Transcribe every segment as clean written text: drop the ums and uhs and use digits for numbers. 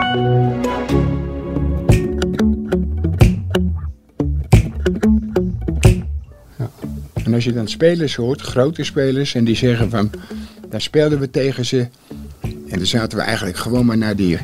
En als je dan spelers hoort, grote spelers, en die zeggen van, daar speelden we tegen ze. En dan zaten we eigenlijk gewoon maar naar die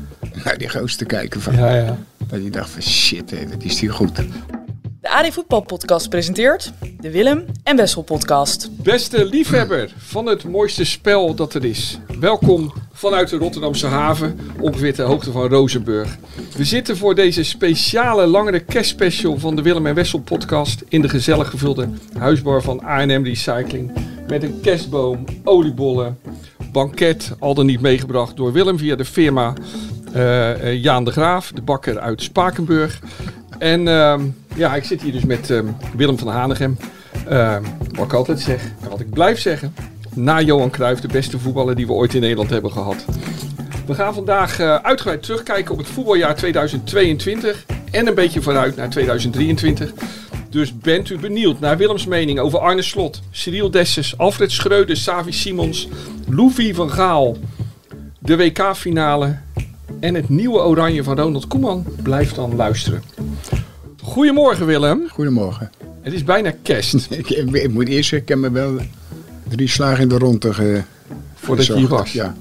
goos te kijken van. Ja. Dat je dacht van shit, dat is die goed. De AD Voetbal Podcast presenteert de Willem en Wessel Podcast. Beste liefhebber van het mooiste spel dat er is. Welkom vanuit de Rotterdamse haven, ongeveer ter hoogte van Rozenburg. We zitten voor deze speciale langere kerstspecial van de Willem en Wessel podcast in de gezellig gevulde huisbar van A&M Recycling. Met een kerstboom, oliebollen, banket, al dan niet meegebracht door Willem via de firma Jaan de Graaf, de bakker uit Spakenburg. En ik zit hier dus met Willem van Hanegem. Wat ik altijd zeg en wat ik blijf zeggen. Na Johan Cruijff, de beste voetballer die we ooit in Nederland hebben gehad. We gaan vandaag uitgebreid terugkijken op het voetbaljaar 2022. En een beetje vooruit naar 2023. Dus bent u benieuwd naar Willems mening over Arne Slot, Cyril Dessers, Alfred Schreuder, Xavi Simons, Louis van Gaal, de WK-finale en het nieuwe oranje van Ronald Koeman? Blijf dan luisteren. Goedemorgen Willem. Goedemorgen. Het is bijna kerst. Ik moet eerst zeggen, ik heb me wel 3 slagen in de ronde voordat je hier was. Ja.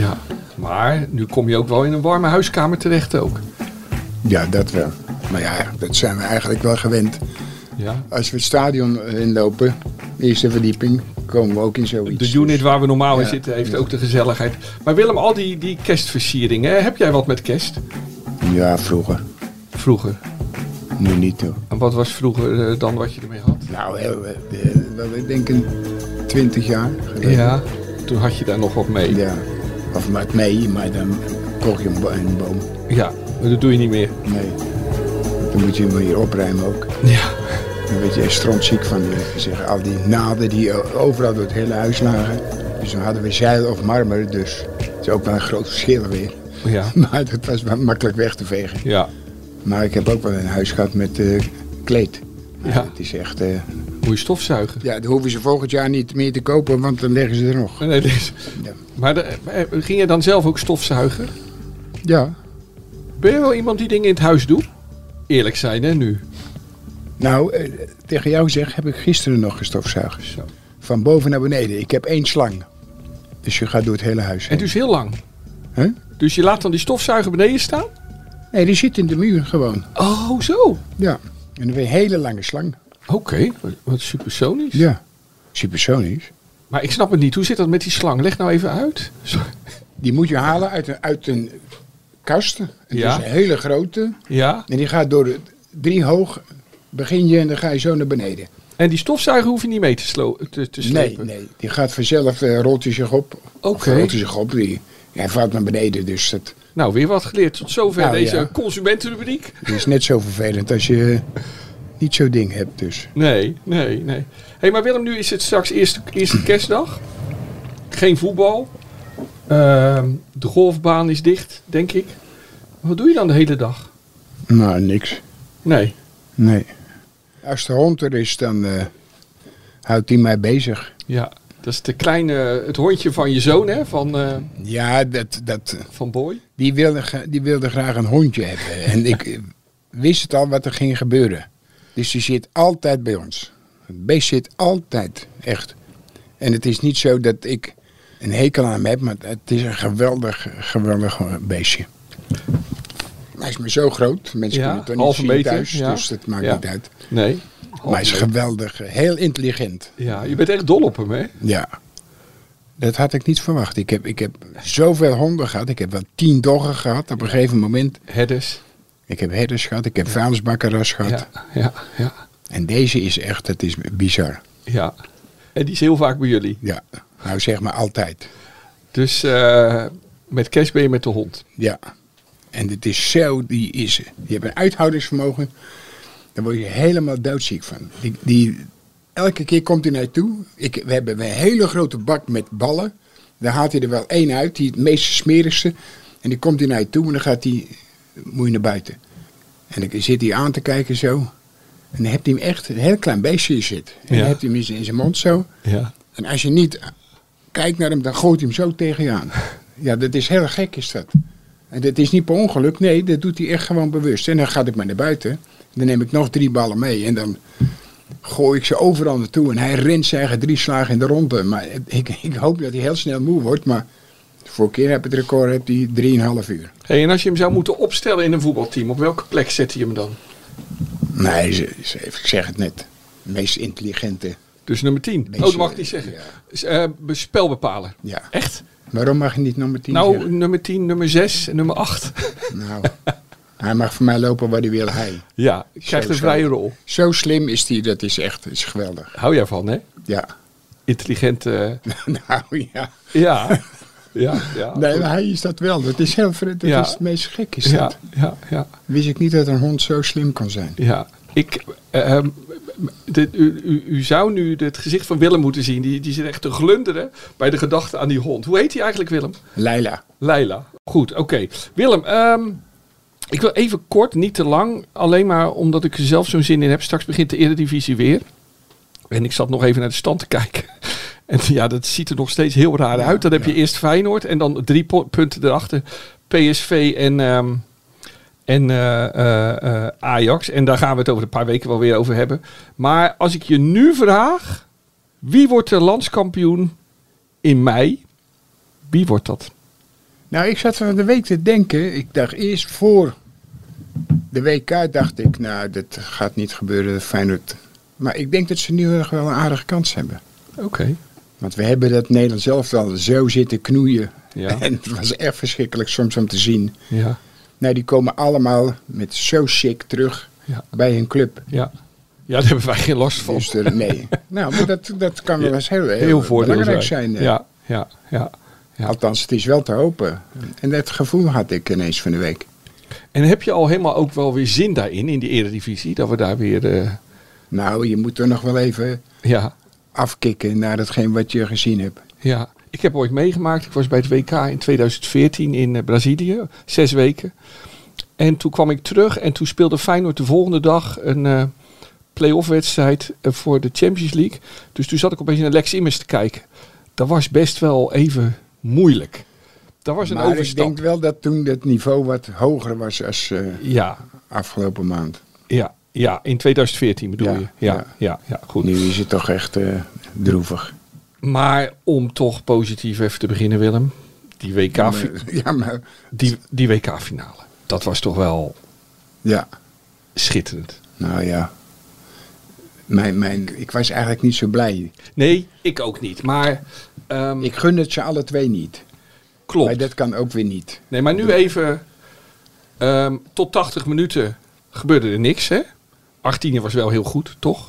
Maar nu kom je ook wel in een warme huiskamer terecht ook. Ja, dat wel. Maar ja, dat zijn we eigenlijk wel gewend. Ja. Als we het stadion inlopen, eerste verdieping, komen we ook in zoiets. De unit waar we normaal in zitten heeft ook de gezelligheid. Maar Willem, al die kerstversieringen, heb jij wat met kerst? Ja, vroeger. Vroeger? Nu niet hoor. En wat was vroeger dan wat je ermee had? Nou, ik denk 20 jaar geleden. Ja, toen had je daar nog wat mee. Ja, of met mee, maar dan kocht je een boom. Ja, maar dat doe je niet meer. Nee, dan moet je hem weer opruimen ook. Ja. Dan werd je strontziek van, zeggen, al die naden die overal door het hele huis lagen. Dus dan hadden we zeil of marmer, dus dat is ook wel een groot verschil weer. Ja. Maar dat was wel makkelijk weg te vegen. Ja. Maar ik heb ook wel een huis gehad met kleed. Ja. Het is echt... Moet je stofzuigen? Ja, dan hoeven ze volgend jaar niet meer te kopen, want dan leggen ze er nog. Nee, Ja. Maar ging je dan zelf ook stofzuigen? Ja. Ben je wel iemand die dingen in het huis doet? Eerlijk zijn, hè, nu? Nou, tegen jou zeg, heb ik gisteren nog gestofzuigd. Zo. Van boven naar beneden. Ik heb 1 slang. Dus je gaat door het hele huis heen. En dus heel lang? Huh? Dus je laat dan die stofzuiger beneden staan? Nee, die zit in de muur gewoon. Oh, zo. Ja. En dan weer een hele lange slang. Oké, wat supersonisch. Ja. Supersonisch. Maar ik snap het niet. Hoe zit dat met die slang? Leg nou even uit. Die moet je halen uit een kast. Het Ja. is een hele grote. Ja. En die gaat door de 3 hoog. Begin je en dan ga je zo naar beneden. En die stofzuiger hoef je niet mee te slepen? Nee. Die gaat vanzelf, rolt hij zich op. Oké. Of rolt hij zich op. Hij valt naar beneden. Dus dat Nou, weer wat geleerd. Tot zover Nou, deze ja. consumentenrubriek. is net zo vervelend als je niet zo'n ding hebt. Dus. Nee. Hey, maar Willem, nu is het straks eerste kerstdag. Geen voetbal. De golfbaan is dicht, denk ik. Wat doe je dan de hele dag? Nou, niks. Nee. Als de hond er is, dan houdt hij mij bezig. Ja, dat is het hondje van je zoon, hè? Ja, Van Boy. die wilde graag een hondje hebben. En ik wist het al wat er ging gebeuren. Dus die zit altijd bij ons. Het beest zit altijd, echt. En het is niet zo dat ik een hekel aan hem heb, maar het is een geweldig beestje. Hij is maar zo groot. Mensen kunnen het toch niet halve zien meter, thuis, ja. dus dat maakt Ja. niet uit. Nee. Maar hij is geweldig, heel intelligent. Ja, je bent echt dol op hem, hè? Ja, dat had ik niet verwacht. Ik heb zoveel honden gehad. Ik heb wel 10 doggen gehad op een gegeven moment. Herders. Ik heb herders gehad, ik heb vuilnisbakkeras gehad. Ja. En deze is echt, het is bizar. Ja. En die is heel vaak bij jullie. Ja, nou zeg maar altijd. Dus met kerst ben je met de hond. Ja. En het is zo, die hebben een uithoudingsvermogen. Daar word je helemaal doodziek van. Elke keer komt hij naartoe. We hebben een hele grote bak met ballen. Daar haalt hij er wel 1 uit, die het meest smerigste. En die komt hij naar je toe en dan moet je naar buiten. En dan zit hij aan te kijken zo. En dan heb hij hem echt een heel klein beestje zit. En dan heb hij hem in zijn mond zo. Ja. En als je niet kijkt naar hem, dan gooit hij hem zo tegen je aan. Ja, dat is heel gek is dat. En dat is niet per ongeluk, nee, dat doet hij echt gewoon bewust. En dan ga ik maar naar buiten. Dan neem ik nog 3 ballen mee en dan gooi ik ze overal naartoe. En hij rent zijn eigen 3 slagen in de ronde. Maar ik hoop dat hij heel snel moe wordt, maar de vorige keer heb ik het record heb hij 3,5 uur. Hey, en als je hem zou moeten opstellen in een voetbalteam, op welke plek zet je hem dan? Nee, ik zeg het net. De meest intelligente. Dus nummer 10. Dat mag ik niet zeggen. Ja. Spelbepaler. Ja. Echt? Waarom mag je niet nummer 10 Nou, zeggen? nummer 10, nummer 6 en nummer 8. Nou, hij mag voor mij lopen waar hij wil. Hij. Ja, krijgt een vrije rol. Zo slim is hij, dat is echt is geweldig. Hou jij van, hè? Ja. Intelligent. Nou ja. Ja. Ja. Nee, maar hij is dat wel. Dat is heel dat is het meest gek is dat. Ja. Wist ik niet dat een hond zo slim kan zijn. Ja. U zou nu het gezicht van Willem moeten zien. Die zit echt te glunderen bij de gedachte aan die hond. Hoe heet hij eigenlijk, Willem? Leila. Goed, oké. Willem, ik wil even kort, niet te lang. Alleen maar omdat ik er zelf zo'n zin in heb. Straks begint de Eredivisie weer. En ik zat nog even naar de stand te kijken. En ja, dat ziet er nog steeds heel raar uit. Dan heb je eerst Feyenoord en dan 3 punten erachter. PSV en Ajax. En daar gaan we het over een paar weken wel weer over hebben. Maar als ik je nu vraag, wie wordt de landskampioen in mei? Wie wordt dat? Nou, ik zat van de week te denken. Ik dacht eerst voor de WK, dacht ik, nou, dat gaat niet gebeuren, Feyenoord. Maar ik denk dat ze nu nog wel een aardige kans hebben. Oké. Want we hebben dat Nederlands zelf al zo zitten knoeien. Ja. En het was echt verschrikkelijk soms om te zien. Ja. Nou, die komen allemaal met zo chic terug bij hun club. Ja. Ja, daar hebben wij geen last van. Dus nee. Nou, maar dat kan wel eens heel belangrijk zijn. Ja. Althans, het is wel te hopen. En dat gevoel had ik ineens van de week. En heb je al helemaal ook wel weer zin daarin, in die Eredivisie? Dat we daar weer... Nou, je moet er nog wel even afkicken naar hetgeen wat je gezien hebt. Ja, ik heb ooit meegemaakt. Ik was bij het WK in 2014 in Brazilië. 6 weken. En toen kwam ik terug en toen speelde Feyenoord de volgende dag een play-off wedstrijd voor de Champions League. Dus toen zat ik opeens naar Lex Immers te kijken. Dat was best wel even moeilijk. Dat was een overstap. Ik denk wel dat toen het niveau wat hoger was als afgelopen maand. Ja, in 2014 bedoel je? Ja, goed. Nu is het toch echt droevig. Maar om toch positief even te beginnen, Willem. Die die WK-finale. Dat was toch wel schitterend. Nou ja. Ik was eigenlijk niet zo blij. Nee, ik ook niet. Maar ik gun het ze alle twee niet. Klopt. Maar dat kan ook weer niet. Nee, maar nu even tot 80 minuten gebeurde er niks, hè? Argentinië was wel heel goed, toch?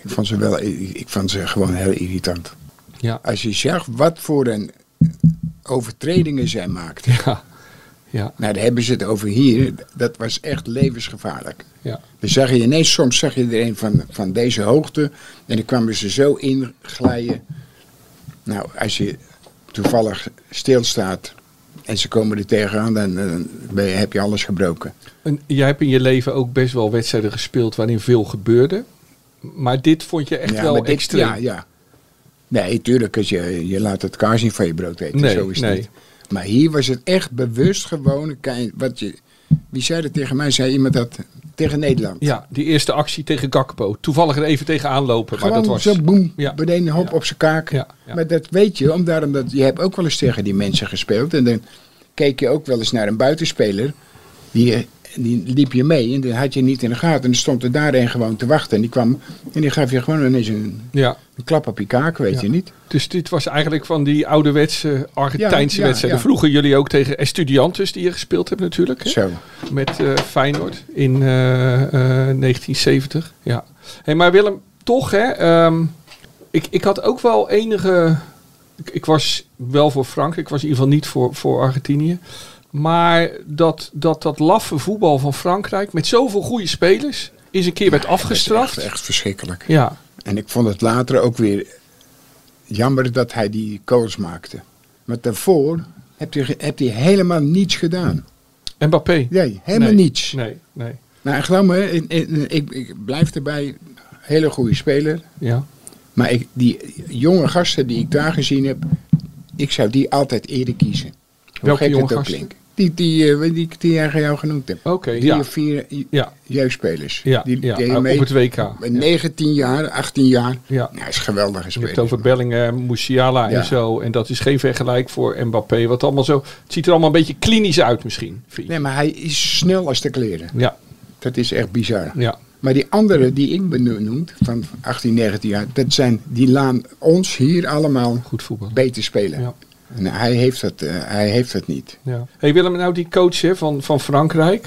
Ik vond ze gewoon heel irritant. Ja. Als je zag wat voor een overtredingen zij maakten. Ja. Nou, daar hebben ze het over hier. Dat was echt levensgevaarlijk. Ja. Dan zag je ineens, soms zag je er een van deze hoogte. En dan kwamen ze zo inglijden. Nou, als je toevallig stilstaat en ze komen er tegenaan, dan heb je alles gebroken. En jij hebt in je leven ook best wel wedstrijden gespeeld waarin veel gebeurde. Maar dit vond je echt wel extreem. Ja. Nee, tuurlijk, als je laat het kaas niet van je brood eten. Nee, zo is het niet. Maar hier was het echt bewust gewoon. Wie zei dat tegen mij? Zei iemand dat tegen Nederland? Ja, die eerste actie tegen Gakpo. Toevallig er even tegenaan lopen. Gewoon maar dat was zo boem, meteen hop op zijn kaak. Ja. Maar dat weet je, omdat je hebt ook wel eens tegen die mensen gespeeld. En dan keek je ook wel eens naar een buitenspeler. Die liep je mee en dan had je niet in de gaten. En dan stond er daarin gewoon te wachten. En die kwam en die gaf je gewoon ineens een klap op je kaak, weet je niet. Dus dit was eigenlijk van die ouderwetse Argentijnse wedstrijden. Ja. Vroeger jullie ook tegen Estudiantes die je gespeeld hebt natuurlijk. Hè? Zo. Met Feyenoord in 1970. Ja. Hey, maar Willem, toch hè. Ik had ook wel enige... Ik was wel voor Frankrijk. Ik was in ieder geval niet voor Argentinië. Maar dat laffe voetbal van Frankrijk met zoveel goede spelers is een keer werd afgestraft. Echt verschrikkelijk. Ja. En ik vond het later ook weer jammer dat hij die goals maakte. Maar daarvoor heeft hij helemaal niets gedaan. Mbappé? Nee, helemaal niets. Nee. Nou, geloof me, ik blijf erbij. Hele goede speler. Ja. Maar die jonge gasten die ik daar gezien heb, ik zou die altijd eerder kiezen. Welke jonge gasten? Die jij jou genoemd hebt. Oké, 3 ja. of 4 Ja. jeugdspelers. Ja, die ja. deden mee. Op het WK. Met 19 jaar, 18 jaar. Ja. Nou, is een geweldige Je hebt speler. het over Bellingham, Musiala Ja. en zo. En dat is geen vergelijk voor Mbappé. Wat allemaal zo. Het ziet er allemaal een beetje klinisch uit misschien. Vind je? Nee, maar hij is snel als de kleren. Ja, Dat is echt bizar. ja. Maar die anderen die ik benoemd, van 18, 19 jaar, die laan ons hier allemaal Goed voetbal. beter spelen. Ja. En hij heeft het niet. Ja. Hey Willem, nou die coach hè, van Frankrijk,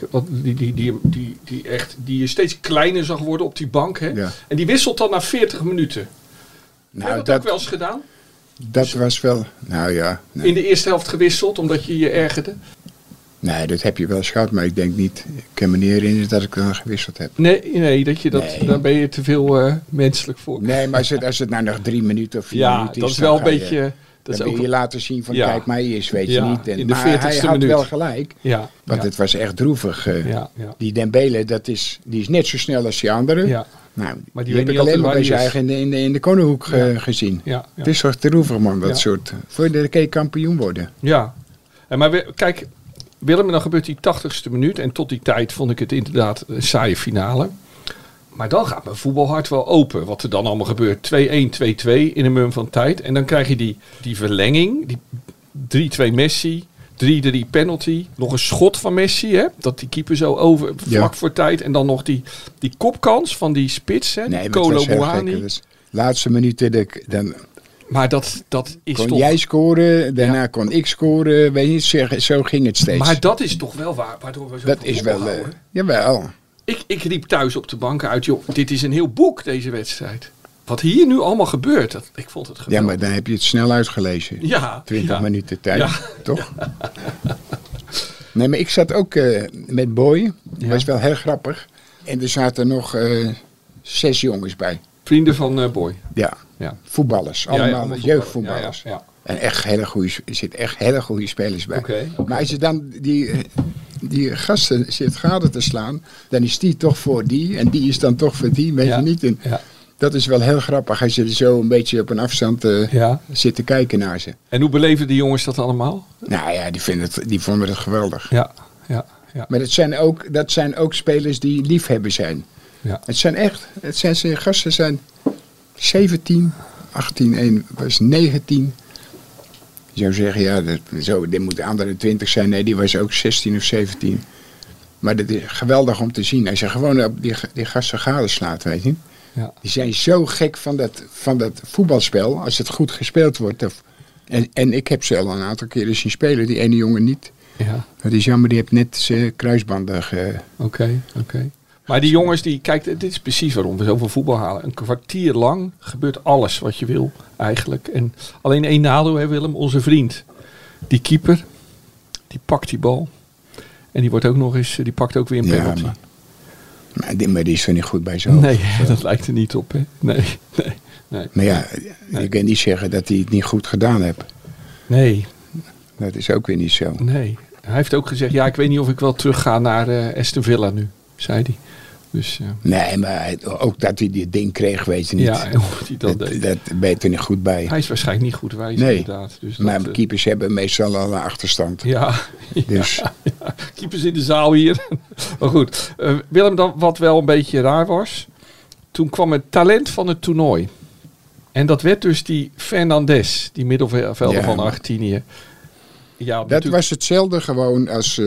die je steeds kleiner zag worden op die bank. Hè? Ja. En die wisselt dan na 40 minuten. Heb je Nou, dat ook wel eens gedaan? dat was wel... Nou ja, nee. In de eerste helft gewisseld, omdat je je ergerde? Nee, dat heb je wel eens gehad, maar ik denk niet... Ik kan me niet herinneren dat ik dan gewisseld heb. Nee, Nee. daar ben je te veel menselijk voor. Nee, maar als het nou nog 3 minuten of 4 Ja, minuten is... dat is dan wel een ga je- beetje... Dat Dan is wil ook, je laten zien van, Ja. kijk mij eens, weet Ja, je niet. En, in de maar 40ste hij had minuut. wel gelijk, ja, want ja, het was echt droevig. ja, ja, Die Dembele, die is net zo snel als die anderen. ja, Nou, Maar die die weet heb niet ik alleen maar bij altijd zijn waar eigen in de Konenhoek gezien. ja, ja. Het is toch droevig, man, dat Ja. soort... Voor de keer kampioen worden. Ja, maar kijk, Willem, dan gebeurt die 80ste minuut. En tot die tijd vond ik het inderdaad een saaie finale. Maar dan gaat mijn voetbalhart wel open. Wat er dan allemaal gebeurt. 2-1, 2-2 in een mum van tijd. En dan krijg je die verlenging. Die 3-2 Messi. 3-3 penalty. Nog een schot van Messi. Hè? Dat die keeper zo over vlak voor tijd. En dan nog die kopkans van die spits. Hè? Nee, maar het Kolo was heel gek. Muani. Dus laatste minuten, dan Maar dat is kon toch... jij scoren, daarna kon ik scoren. Weet je, zo ging het steeds. Maar dat is toch wel waardoor we zo dat van is voetbal wel... houden. Jawel. Ik riep thuis op de bank uit, joh, dit is een heel boek, deze wedstrijd. Wat hier nu allemaal gebeurt, ik vond het geweldig. Ja, maar dan heb je het snel uitgelezen. Ja, 20 ja. minuten tijd, Ja. toch? Nee, maar ik zat ook met Boy. Dat Ja. was wel heel grappig. En er zaten nog 6 jongens bij. Vrienden van Boy. Ja, Ja. voetballers. Ja, ja, Allemaal allemaal jeugdvoetballers. Ja, ja, En echt er zitten echt hele goede spelers bij. Oké. Maar als je dan die gasten zit gade te slaan, dan is die toch voor die en die is dan toch voor die, weet Ja. je niet. En Ja. dat is wel heel grappig als je er zo een beetje op een afstand Ja. zit te kijken naar ze. En hoe beleven die jongens dat allemaal? Nou ja, die vonden het geweldig. Ja, ja, ja. Maar dat zijn ook spelers die liefhebber zijn. Ja. Gasten zijn 17, 18, 1 was 19. Je zou zeggen, ja, dit moet de andere 20 zijn. Nee, die was ook 16 of 17. Maar dat is geweldig om te zien. Als je gewoon op die gasten gadeslaat, weet je. Ja. Die zijn zo gek van dat voetbalspel, als het goed gespeeld wordt. En ik heb ze al een aantal keren zien spelen, die ene jongen niet. Ja, Dat is jammer, die heeft net zijn kruisbanden oké. Maar die jongens, kijk, dit is precies waarom we zoveel voetbal halen. Een kwartier lang gebeurt alles wat je wil, eigenlijk. En alleen één nadeel, hè Willem, onze vriend. Die keeper, die pakt die bal. En die pakt ook weer een Ja, penalty. maar die is er niet goed bij zo. Nee, dat lijkt er niet op, hè. Nee. Maar ja, je kan niet zeggen dat hij het niet goed gedaan heeft. Nee. Dat is ook weer niet zo. Hij heeft ook gezegd, ja, ik weet niet of ik wel terug ga naar Aston Villa nu, zei hij. Dus, Nee, maar ook dat hij dit ding kreeg, weet je niet. ja, hoe hij dat deed. Dat ben je er niet goed bij. Hij is waarschijnlijk niet goed wijs, Nee. inderdaad. Dus Maar dat, keepers hebben meestal al een achterstand. ja, Dus ja, keepers in de zaal hier. Maar goed, Willem, dan wat wel een beetje raar was. Toen kwam het talent van het toernooi. En dat werd dus die Fernandes, die middenvelder Ja. van Argentinië. Ja, dat was hetzelfde gewoon als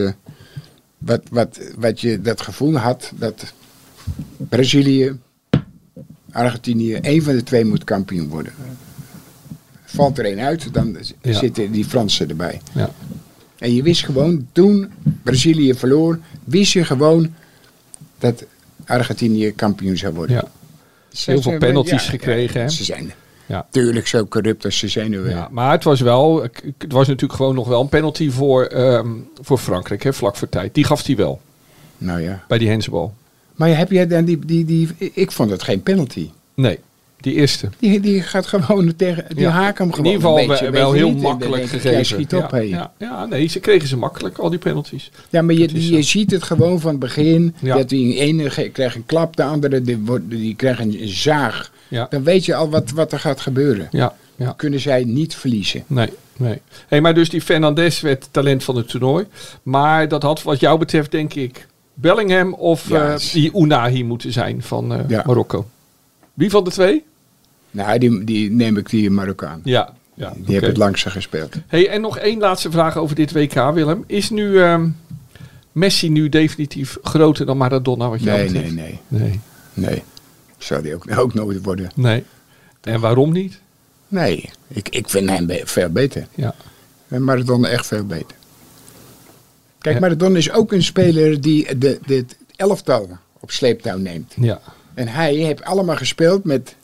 wat je dat gevoel had dat Brazilië, Argentinië, één van de twee moet kampioen worden. Valt er één uit, dan Ja. zitten die Fransen erbij. Ja. En je wist gewoon, toen Brazilië verloor, wist je gewoon dat Argentinië kampioen zou worden. Ja. Heel veel penalties gekregen, hè? Ze zijn Ja. tuurlijk zo corrupt als ze zijn nu. Ja, maar het was natuurlijk gewoon nog wel een penalty voor Frankrijk, hè, vlak voor tijd. Die gaf hij wel, Nou ja. bij die handsbal. Maar heb jij dan ik vond het geen penalty. Nee, die eerste. Die gaat gewoon tegen, die Ja. haak hem In gewoon ieder geval een beetje, wel weet je heel niet. En dan makkelijk denk ik, gegeven. jij schiet op, ja, ja, nee, ze kregen ze makkelijk, al die penalties. Ja, maar Dat is je zo. ziet het gewoon van het begin. Ja. Dat die ene krijgt een klap, de andere die krijgt een zaag. Ja. Dan weet je al wat er gaat gebeuren. Ja, kunnen zij niet verliezen. Nee. Hey, maar dus die Fernandes werd talent van het toernooi. Maar dat had wat jou betreft denk ik Bellingham of die Ounahi moeten zijn van Marokko. Wie van de twee? Nou, die neem ik die Marokkaan. Ja, die heeft het langste gespeeld. Hey, en nog één laatste vraag over dit WK, Willem. Is nu Messi nu definitief groter dan Maradona? Wat Nee. Zou die ook nooit worden. Nee. En waarom niet? Nee, ik vind hem veel beter. Ja. En Maradona echt veel beter. Kijk, Maradona is ook een speler die het elftal op sleeptouw neemt. Ja. En hij heeft allemaal gespeeld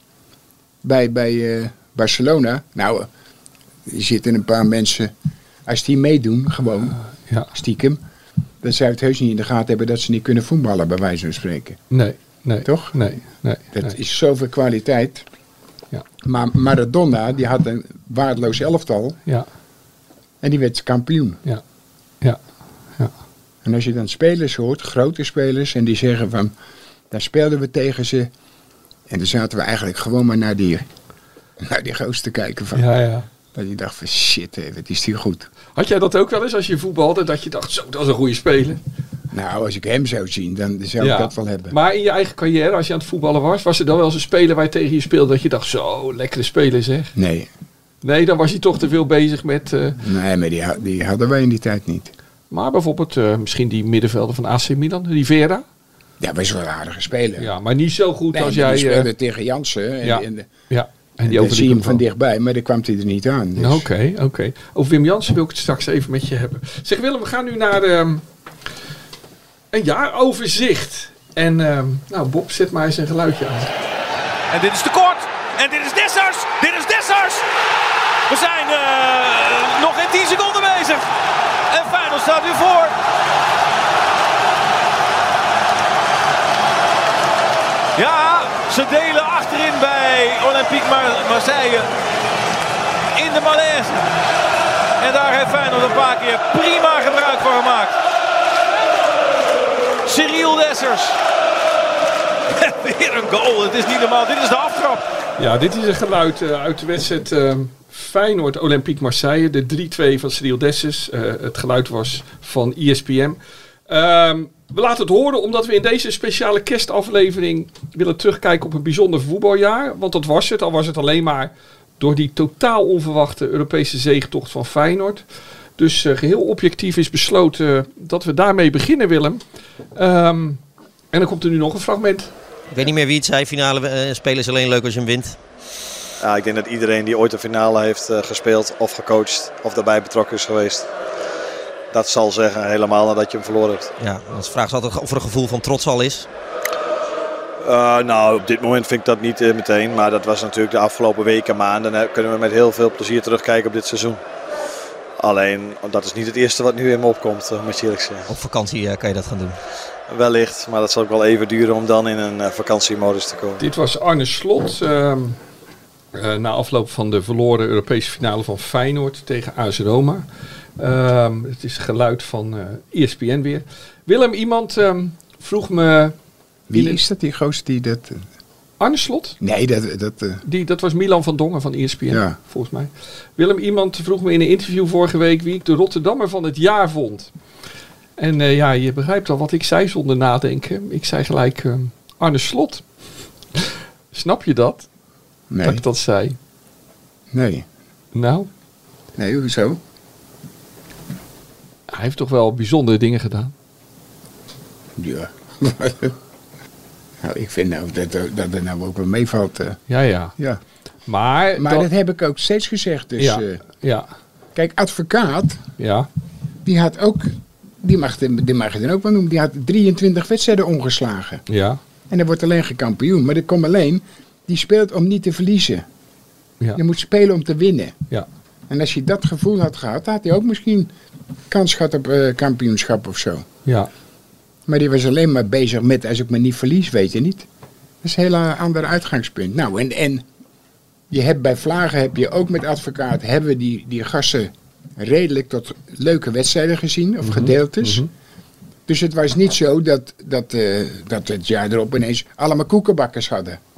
bij Barcelona. Nou, er zitten een paar mensen, als die meedoen, gewoon stiekem, dan zou het heus niet in de gaten hebben dat ze niet kunnen voetballen, bij wijze van spreken. Nee. Toch? Nee. Dat is zoveel kwaliteit. Ja. Maar Maradona, die had een waardeloos elftal. Ja. En die werd kampioen. Ja. En als je dan spelers hoort, grote spelers, en die zeggen van, daar speelden we tegen ze. En dan zaten we eigenlijk gewoon maar naar die goos te kijken van. Ja. Dat je dacht van shit, wat is die goed. Had jij dat ook wel eens als je voetbalde, dat je dacht, zo, dat is een goede speler? Nou, als ik hem zou zien, dan zou ik dat wel hebben. Maar in je eigen carrière, als je aan het voetballen was er dan wel eens een speler waar je tegen je speelde dat je dacht, zo, lekkere speler zeg? Nee, dan was je toch te veel bezig met... Nee, maar die hadden wij in die tijd niet. Maar bijvoorbeeld misschien die middenvelder van AC Milan, Rivera? Ja, was wel een aardige speler. Ja, maar niet zo goed als jij... Die speelde tegen Jansen. En die zie je hem van dichtbij, maar daar kwam hij er niet aan. Dus. Oké. Over Wim Jansen wil ik het straks even met je hebben. Zeg Willem, we gaan nu naar een jaaroverzicht. En Bob, zet maar eens een geluidje aan. En dit is te kort. En dit is Dessers. We zijn nog geen 10 seconden bezig. En Feyenoord staat weer voor. Ja, ze delen achterin bij Olympique Marseille in de malaise. En daar heeft Feyenoord een paar keer prima gebruik van gemaakt. Cyril Dessers. Weer een goal, het is niet normaal. Dit is de aftrap. Ja, dit is een geluid uit de wedstrijd Feyenoord Olympique Marseille. De 3-2 van Cyril Dessers. Het geluid was van ESPN. We laten het horen omdat we in deze speciale kerstaflevering willen terugkijken op een bijzonder voetbaljaar. Want dat was het, al was het alleen maar door die totaal onverwachte Europese zegentocht van Feyenoord. Dus geheel objectief is besloten dat we daarmee beginnen, Willem. En dan komt er nu nog een fragment. Ik weet niet meer wie het zei, finale spelen is alleen leuk als je hem wint. Ja, ik denk dat iedereen die ooit een finale heeft gespeeld of gecoacht of daarbij betrokken is geweest, dat zal zeggen helemaal nadat je hem verloren hebt. Ja, dan is de vraag altijd of er een gevoel van trots al is. Nou, op dit moment vind ik dat niet meteen. Maar dat was natuurlijk de afgelopen weken, maanden. Dan kunnen we met heel veel plezier terugkijken op dit seizoen. Alleen, dat is niet het eerste wat nu in me opkomt, moet je eerlijk zeggen. Op vakantie kan je dat gaan doen? Wellicht, maar dat zal ook wel even duren om dan in een vakantiemodus te komen. Dit was Arne Slot. Na afloop van de verloren Europese finale van Feyenoord tegen AS Roma. Het is geluid van ESPN weer. Willem, iemand vroeg me... Wie is dat, die gozer die dat... Arne Slot? Nee, dat was Milan van Dongen van ESPN, volgens mij. Willem, iemand vroeg me in een interview vorige week wie ik de Rotterdammer van het jaar vond. En je begrijpt al wat ik zei zonder nadenken. Ik zei gelijk Arne Slot. Snap je dat? Nee. Dat ik dat zei? Nee. Nou? Nee, hoezo? Hij heeft toch wel bijzondere dingen gedaan? Ja. Nou, ik vind nou dat het nou ook wel meevalt. Ja. Maar dat heb ik ook steeds gezegd. Dus, ja. Kijk, advocaat, ja. die had ook, die mag je dan ook wel noemen, die had 23 wedstrijden ongeslagen. Ja. En dan wordt alleen gekampioen. Maar dat komt alleen, die speelt om niet te verliezen. Ja. Je moet spelen om te winnen. Ja. En als je dat gevoel had gehad, had hij ook misschien kans gehad op kampioenschap of zo. Ja. Maar die was alleen maar bezig met, als ik me niet verlies, weet je niet. Dat is een heel ander uitgangspunt. Nou, en je hebt bij Vlagen, heb je ook met advocaat, hebben we die gasten redelijk tot leuke wedstrijden gezien, of gedeeltes. Mm-hmm. Dus het was niet zo dat het jaar erop ineens allemaal koekenbakkers hadden.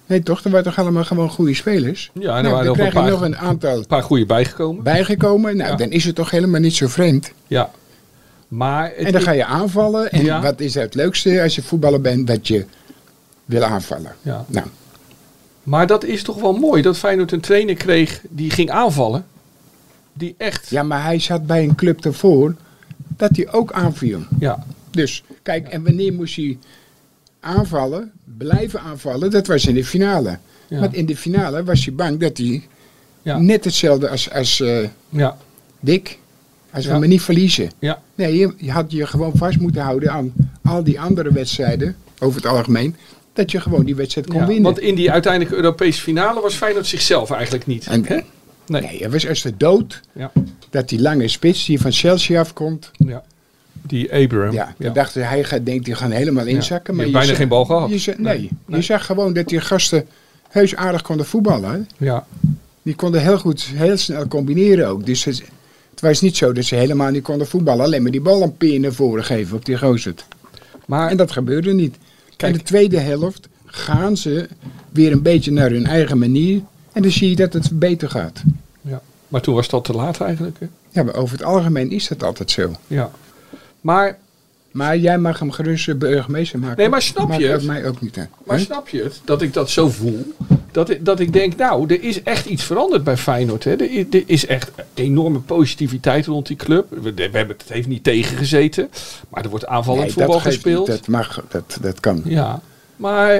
Nee, toch? Er waren toch allemaal gewoon goede spelers? Ja, en Nou, waren dan nog krijg je nog een aantal paar goede bijgekomen. bijgekomen. Nou, Ja. dan is het toch helemaal niet zo vreemd. Ja. Maar En dan ga je aanvallen. En Ja. wat is het leukste als je voetballer bent? Dat je wil aanvallen. Ja. Nou, Maar dat is toch wel mooi dat Feyenoord een trainer kreeg die ging aanvallen. Die echt... ja, maar hij zat bij een club ervoor dat hij ook aanviel. Ja. Dus, kijk, en wanneer moest hij aanvallen, blijven aanvallen? Dat was in de finale. Ja. Want in de finale was hij bang dat hij Ja. net hetzelfde als Ja. Dick, als we Ja. maar niet verliezen. Ja. Nee, je had je gewoon vast moeten houden aan al die andere wedstrijden, over het algemeen, dat je gewoon die wedstrijd kon Ja, winnen. want in die uiteindelijke Europese finale was Feyenoord zichzelf eigenlijk niet. En, hè? Nee. nee, het was als de dood Ja. dat die lange spits die van Chelsea afkomt. Ja. Die Abraham. Ja, dan dachten denkt hij gaan helemaal inzakken. Die Maar heeft bijna geen bal gehad. Nee, je zag gewoon dat die gasten heus aardig konden voetballen. Hè. Ja. Die konden heel snel combineren ook. Dus het was niet zo dat ze helemaal niet konden voetballen. Alleen maar die bal een peer naar voren geven op die gozer. Maar En dat gebeurde niet. Kijk. In de tweede helft gaan ze weer een beetje naar hun eigen manier. En dan zie je dat het beter gaat. ja. Maar toen was dat te laat eigenlijk. Hè? Ja, maar over het algemeen is dat altijd zo. Ja. Maar Maar jij mag hem gerust burgemeester maken. Nee, maar snap je Maakt het? mij ook niet, hè? Maar snap je het? Dat ik dat zo voel. Dat ik denk, nou, er is echt iets veranderd bij Feyenoord. Hè? Er is echt enorme positiviteit rond die club. Het heeft niet tegengezeten. Maar er wordt aanvallend Nee, voetbal dat geeft gespeeld. niet, dat mag, dat kan. Ja. Maar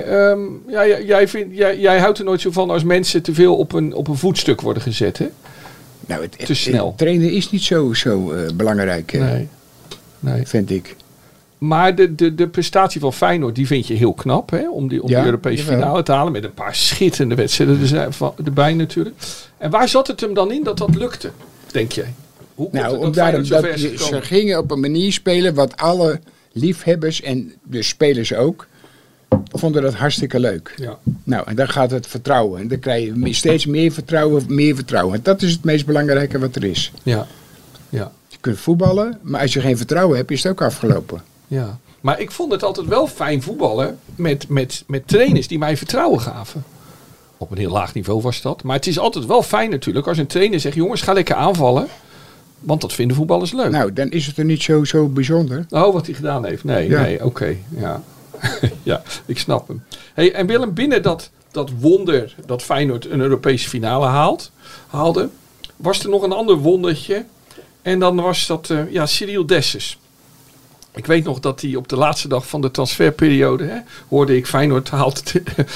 jij houdt er nooit zo van als mensen te veel op een voetstuk worden gezet. Hè? Nou, Te snel. Trainen is niet zo belangrijk, Nee. vind ik. Maar de prestatie van Feyenoord, die vind je heel knap. Hè? Om die Europese jawel. finale te halen. Met een paar schitterende wedstrijden erbij natuurlijk. En waar zat het hem dan in dat lukte, denk jij? Hoe komt Nou, het dat omdat Feyenoord zo ver is ze gekomen? gingen op een manier spelen wat alle liefhebbers en de spelers ook vonden dat hartstikke leuk. Ja. Nou, en dan gaat het vertrouwen. En dan krijg je steeds meer vertrouwen. En dat is het meest belangrijke wat er is. Ja. Ja. Je kunt voetballen, maar als je geen vertrouwen hebt, is het ook afgelopen. Ja. Maar ik vond het altijd wel fijn voetballen met trainers die mij vertrouwen gaven. Op een heel laag niveau was dat. Maar het is altijd wel fijn natuurlijk als een trainer zegt, jongens, ga lekker aanvallen. Want dat vinden voetballers leuk. Nou, dan is het er niet zo bijzonder. Oh, wat hij gedaan heeft. Nee, oké. Ja. Ja, ik snap hem. Hey, en Willem, binnen dat wonder dat Feyenoord een Europese finale haalde, was er nog een ander wondertje. En dan was dat Cyril Dessers. Ik weet nog dat hij op de laatste dag van de transferperiode, hoorde ik Feyenoord haalt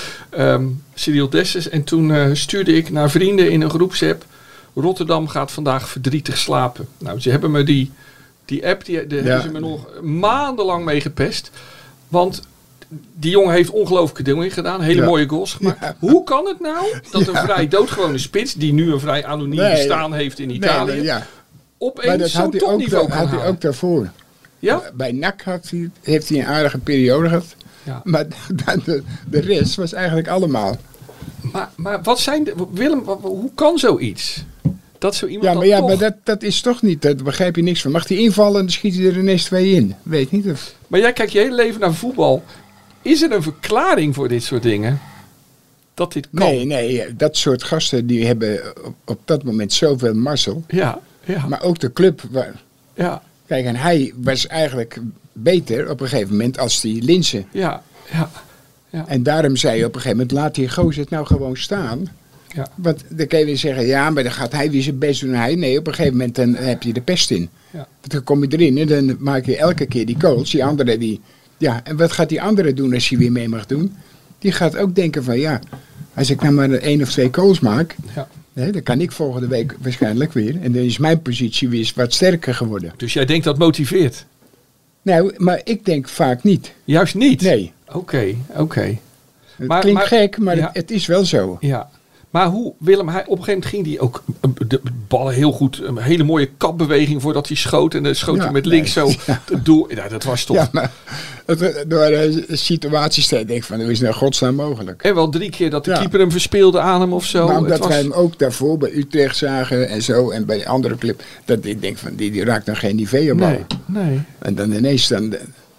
Cyril Dessers. En toen stuurde ik naar vrienden in een groepsapp, Rotterdam gaat vandaag verdrietig slapen. Nou, ze hebben me die app, daar hebben ze me nog maandenlang mee gepest. Want die jongen heeft ongelooflijke dingen gedaan. Hele mooie goals gemaakt. Ja. Hoe kan het nou dat een vrij doodgewone spits, die nu een vrij anoniem bestaan heeft in Italië, opeens zo'n topniveau kan halen? Dat had hij ook daarvoor. Ja? Bij NAC heeft hij een aardige periode gehad. Ja. Maar de rest was eigenlijk allemaal. Maar wat zijn Willem, hoe kan zoiets? Dat zo iemand maar dat is toch niet, daar begrijp je niks van. Mag hij invallen en dan schiet hij er ineens 2 in. Weet niet of. Maar jij kijkt je hele leven naar voetbal. Is er een verklaring voor dit soort dingen? Dat dit kan? Nee, dat soort gasten die hebben op dat moment zoveel mazzel. Ja. Maar ook de club. Ja. Kijk, en hij was eigenlijk beter op een gegeven moment als die Linse. Ja. En daarom zei je op een gegeven moment, laat die gozer het nou gewoon staan. Ja. Want dan kan je weer zeggen, ja, maar dan gaat hij weer zijn best doen. Nee, op een gegeven moment dan heb je de pest in. Ja. Want dan kom je erin en dan maak je elke keer die goals. Die andere en wat gaat die andere doen als hij weer mee mag doen? Die gaat ook denken van, ja, als ik nou maar 1 of 2 goals maak, dan kan ik volgende week waarschijnlijk weer. En dan is mijn positie weer wat sterker geworden. Dus jij denkt dat motiveert? Nou, maar ik denk vaak niet. Juist niet? Nee. Oké. Het klinkt gek, maar het is wel zo. Ja. Maar hoe, Willem, op een gegeven moment ging hij ook de ballen heel goed, een hele mooie kapbeweging voordat hij schoot. En dan schoot hij met links zo door. Ja, dat was toch... Ja, maar door situaties denk ik van, hoe is nou godsnaam mogelijk? En wel 3 keer dat de keeper hem verspeelde aan hem of zo. Maar omdat wij hem ook daarvoor bij Utrecht zagen en zo, en bij de andere club, dat ik denk van, die raakt dan geen niveau op bal. Nee. En dan ineens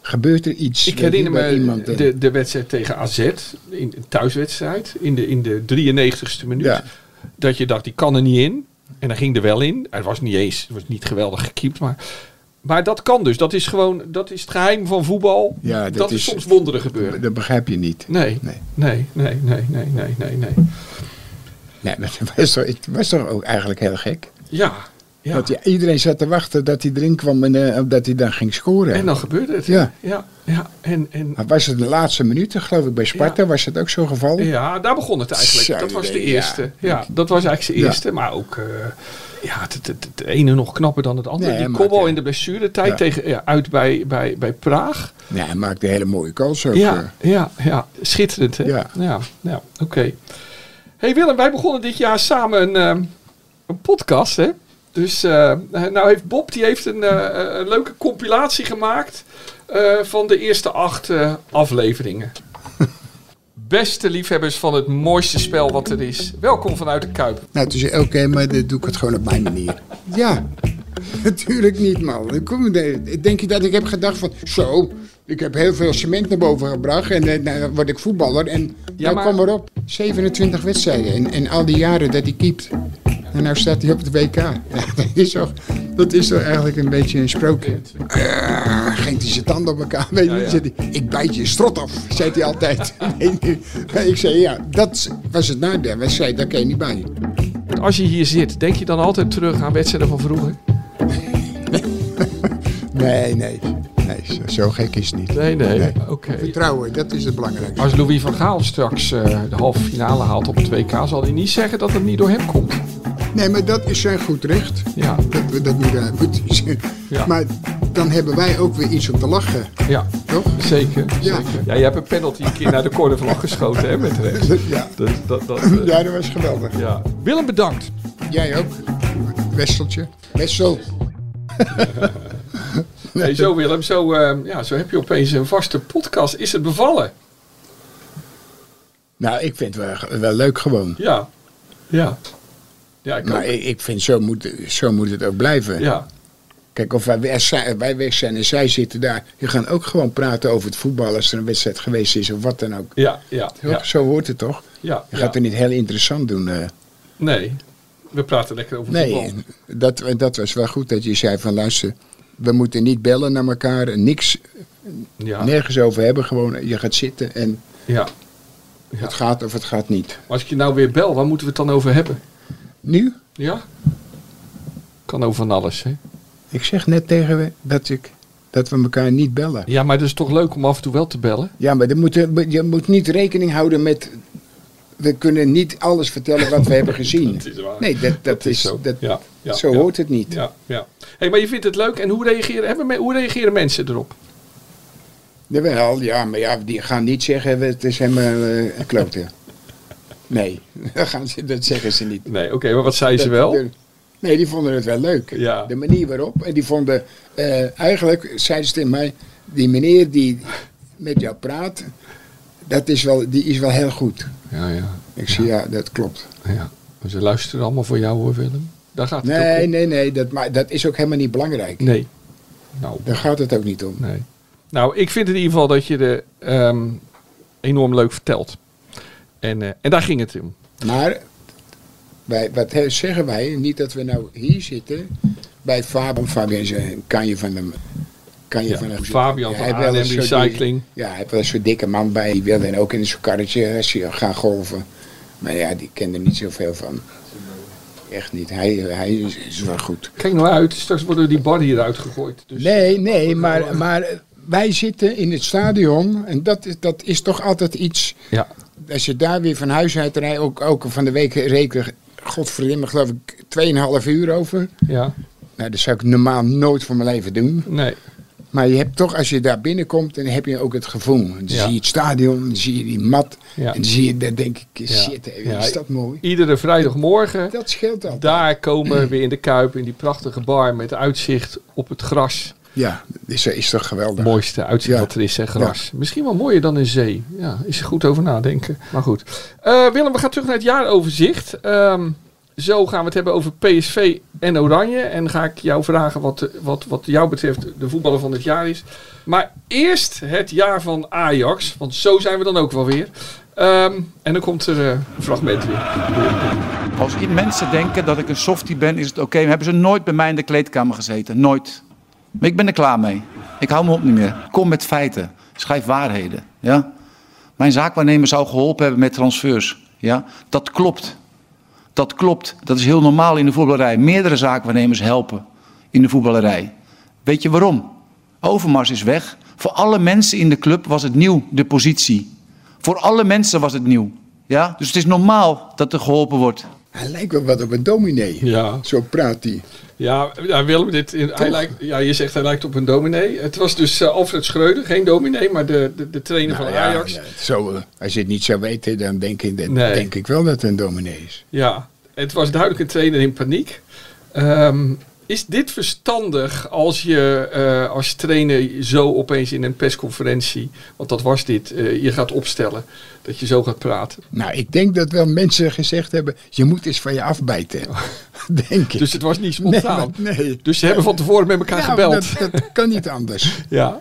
gebeurt er iets. Ik herinner bij me iemand, de wedstrijd tegen AZ, een thuiswedstrijd, in de 93ste minuut. Ja. Dat je dacht, die kan er niet in. En dan ging er wel in. Het was niet geweldig gekiept, maar dat kan dus. Dat is het geheim van voetbal. Ja, dat is soms wonderen gebeuren. Dat begrijp je niet. Nee. Nee, maar het was toch ook eigenlijk heel gek. Ja. Want iedereen zat te wachten dat hij erin kwam en dat hij dan ging scoren. En dan gebeurde het. Ja. En Maar was het de laatste minuten, geloof ik, bij Sparta? Was het ook zo gevallen? Ja, daar begon het eigenlijk. Zo, dat was de ja. eerste. Ja, dat was eigenlijk de eerste. Maar ook het ene nog knapper dan het andere. Nee, die kopbal in de blessuretijd uit bij Praag. Ja, hij maakte hele mooie goals ook. Ja. Schitterend, hè? Ja. Oké. Hey Willem, wij begonnen dit jaar samen een podcast, hè? Dus nou heeft Bob een leuke compilatie gemaakt van de eerste 8 afleveringen. Beste liefhebbers van het mooiste spel wat er is. Welkom vanuit de Kuip. Nou, toen zei oké, maar dan doe ik het gewoon op mijn manier. Ja, natuurlijk niet, man. Denk je dat ik heb gedacht van, zo, ik heb heel veel cement naar boven gebracht en dan word ik voetballer. En kom maar op, 27 wedstrijden en al die jaren dat hij keept. En nou staat hij op het WK. Ja, dat is toch eigenlijk een beetje een sprookje. Geent hij zijn tanden op elkaar. Weet je, ik bijt je strot af, zei hij altijd. Ik zei, ja, dat was het na de wedstrijd, daar kan je niet bij. Als je hier zit, denk je dan altijd terug aan wedstrijden van vroeger? Nee, zo gek is het niet. Nee. Oké. Vertrouwen, dat is het belangrijkste. Als Louis van Gaal straks de halve finale haalt op het WK, zal hij niet zeggen dat het niet door hem komt. Nee, maar dat is zijn goed recht. Ja. Dat moet hij. Ja. Maar dan hebben wij ook weer iets om te lachen. Ja, toch? Zeker. Ja, je hebt een penalty een keer naar de cornervlag geschoten, hè, met rechts. Ja. Ja, dat was geweldig. Ja. Willem, bedankt. Jij ook. Wesseltje. Wessel. Nee, zo Willem, zo heb je opeens een vaste podcast. Is het bevallen? Nou, ik vind het wel leuk gewoon. Ja, maar ik vind zo moet het ook blijven. Ja. Kijk, of wij weg zijn en zij zitten daar. Je gaan ook gewoon praten over het voetbal als er een wedstrijd geweest is of wat dan ook. Ja. Zo hoort het toch? Ja. Je gaat er niet heel interessant doen. Nee, we praten lekker over voetbal. Nee, dat was wel goed dat je zei van luister, we moeten niet bellen naar elkaar, nergens over hebben. Gewoon, je gaat zitten en het gaat of het gaat niet. Maar als ik je nou weer bel, waar moeten we het dan over hebben? Nu? Ja. Kan over van alles, hè? Ik zeg net tegen dat we elkaar niet bellen. Ja, maar het is toch leuk om af en toe wel te bellen? Ja, maar je moet niet rekening houden met... We kunnen niet alles vertellen wat we hebben gezien. Dat is waar. Nee, dat is zo. Zo hoort het niet. Ja. Hey, maar je vindt het leuk en hoe reageren mensen erop? Jawel, maar die gaan niet zeggen het is helemaal een klote. Nee, dat zeggen ze niet. Nee, oké, maar wat zei ze wel? Nee, die vonden het wel leuk. Ja. De manier waarop. En die vonden, eigenlijk zeiden ze tegen mij, die meneer die met jou praat, die is wel heel goed. Ja. Ik zie, ja, dat klopt. Ja. Maar ze luisteren allemaal voor jou hoor, Willem. Daar gaat het ook om. Nee, dat is ook helemaal niet belangrijk. Nee. Nou, daar gaat het ook niet om. Nee. Nou, ik vind in ieder geval dat je er enorm leuk vertelt. En daar ging het om. Maar, wat zeggen wij? Niet dat we nou hier zitten, bij Fabian kan je van hem... Fabian van ADM Recycling. Hij heeft wel zo'n dikke man bij. Die wil dan ook in zo'n karretje gaan golven. Maar ja, die kent er niet zoveel van. Echt niet. Hij is wel goed. Kijk nou uit. Straks worden die bar hier uitgegooid. Dus nee, maar wij zitten in het stadion. En dat is toch altijd iets... Ja. Als je daar weer van huis uit rijdt, ook van de week rekenen... Godverdomme, geloof ik, 2,5 uur over. Ja. Nou, dat zou ik normaal nooit van mijn leven doen. Nee. Maar je hebt toch, als je daar binnenkomt, dan heb je ook het gevoel. Dan zie je het stadion, dan zie je die mat. Ja. En dan zie je, dan denk ik, shit, is dat mooi. Iedere vrijdagmorgen, dat scheelt altijd. Daar komen we weer in de Kuip, in die prachtige bar met uitzicht op het gras. Ja, is toch geweldig. Het mooiste uitzicht wat er is, hè, gras. Ja. Misschien wel mooier dan een zee. Ja, is er goed over nadenken. Maar goed. Willem, we gaan terug naar het jaaroverzicht. Zo gaan we het hebben over PSV en Oranje. En ga ik jou vragen wat jou betreft de voetballer van het jaar is. Maar eerst het jaar van Ajax. Want zo zijn we dan ook wel weer. En dan komt er een fragment weer. Als mensen denken dat ik een softie ben, is het oké. Hebben ze nooit bij mij in de kleedkamer gezeten. Nooit. Maar ik ben er klaar mee. Ik hou me op niet meer. Kom met feiten. Schrijf waarheden. Ja? Mijn zaakwaarnemer zou geholpen hebben met transfers. Ja? Dat klopt. Dat klopt. Dat is heel normaal in de voetballerij. Meerdere zaakwaarnemers helpen in de voetballerij. Weet je waarom? Overmars is weg. Voor alle mensen in de club was het nieuw, de positie. Voor alle mensen was het nieuw. Ja? Dus het is normaal dat er geholpen wordt. Hij lijkt wel wat op een dominee. Ja. Zo praat hij. Ja, Willem, je zegt hij lijkt op een dominee. Het was dus Alfred Schreuder, geen dominee, maar de trainer van Ajax. Ja, als je het niet zou weten, dan denk ik wel dat het een dominee is. Ja, het was duidelijk een trainer in paniek. Is dit verstandig als je trainer zo opeens in een persconferentie, want dat was dit, je gaat opstellen, dat je zo gaat praten? Nou, ik denk dat wel mensen gezegd hebben, je moet eens van je afbijten. Denk ik. Dus het was niet spontaan? Nee. Dus ze hebben van tevoren met elkaar gebeld? Dat kan niet anders. Ja.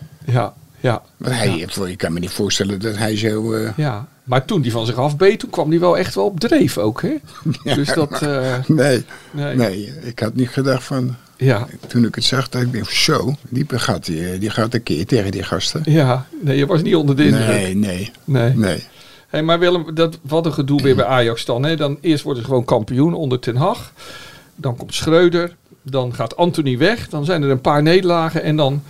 Want ik kan me niet voorstellen dat hij zo... Ja, maar toen die van zich afbeet, toen kwam hij wel echt wel op dreef ook, hè? Ja, dus dat... Nee, ik had niet gedacht van... Ja. Toen ik het zag, dat ik dacht, zo, die gaat een keer tegen die gasten. Ja, nee, je was niet onder de indruk. Nee. Hey, maar Willem, wat een gedoe weer bij Ajax dan. Hè? Dan eerst worden ze gewoon kampioen onder Ten Hag. Dan komt Schreuder. Dan gaat Anthony weg. Dan zijn er een paar nederlagen. En dan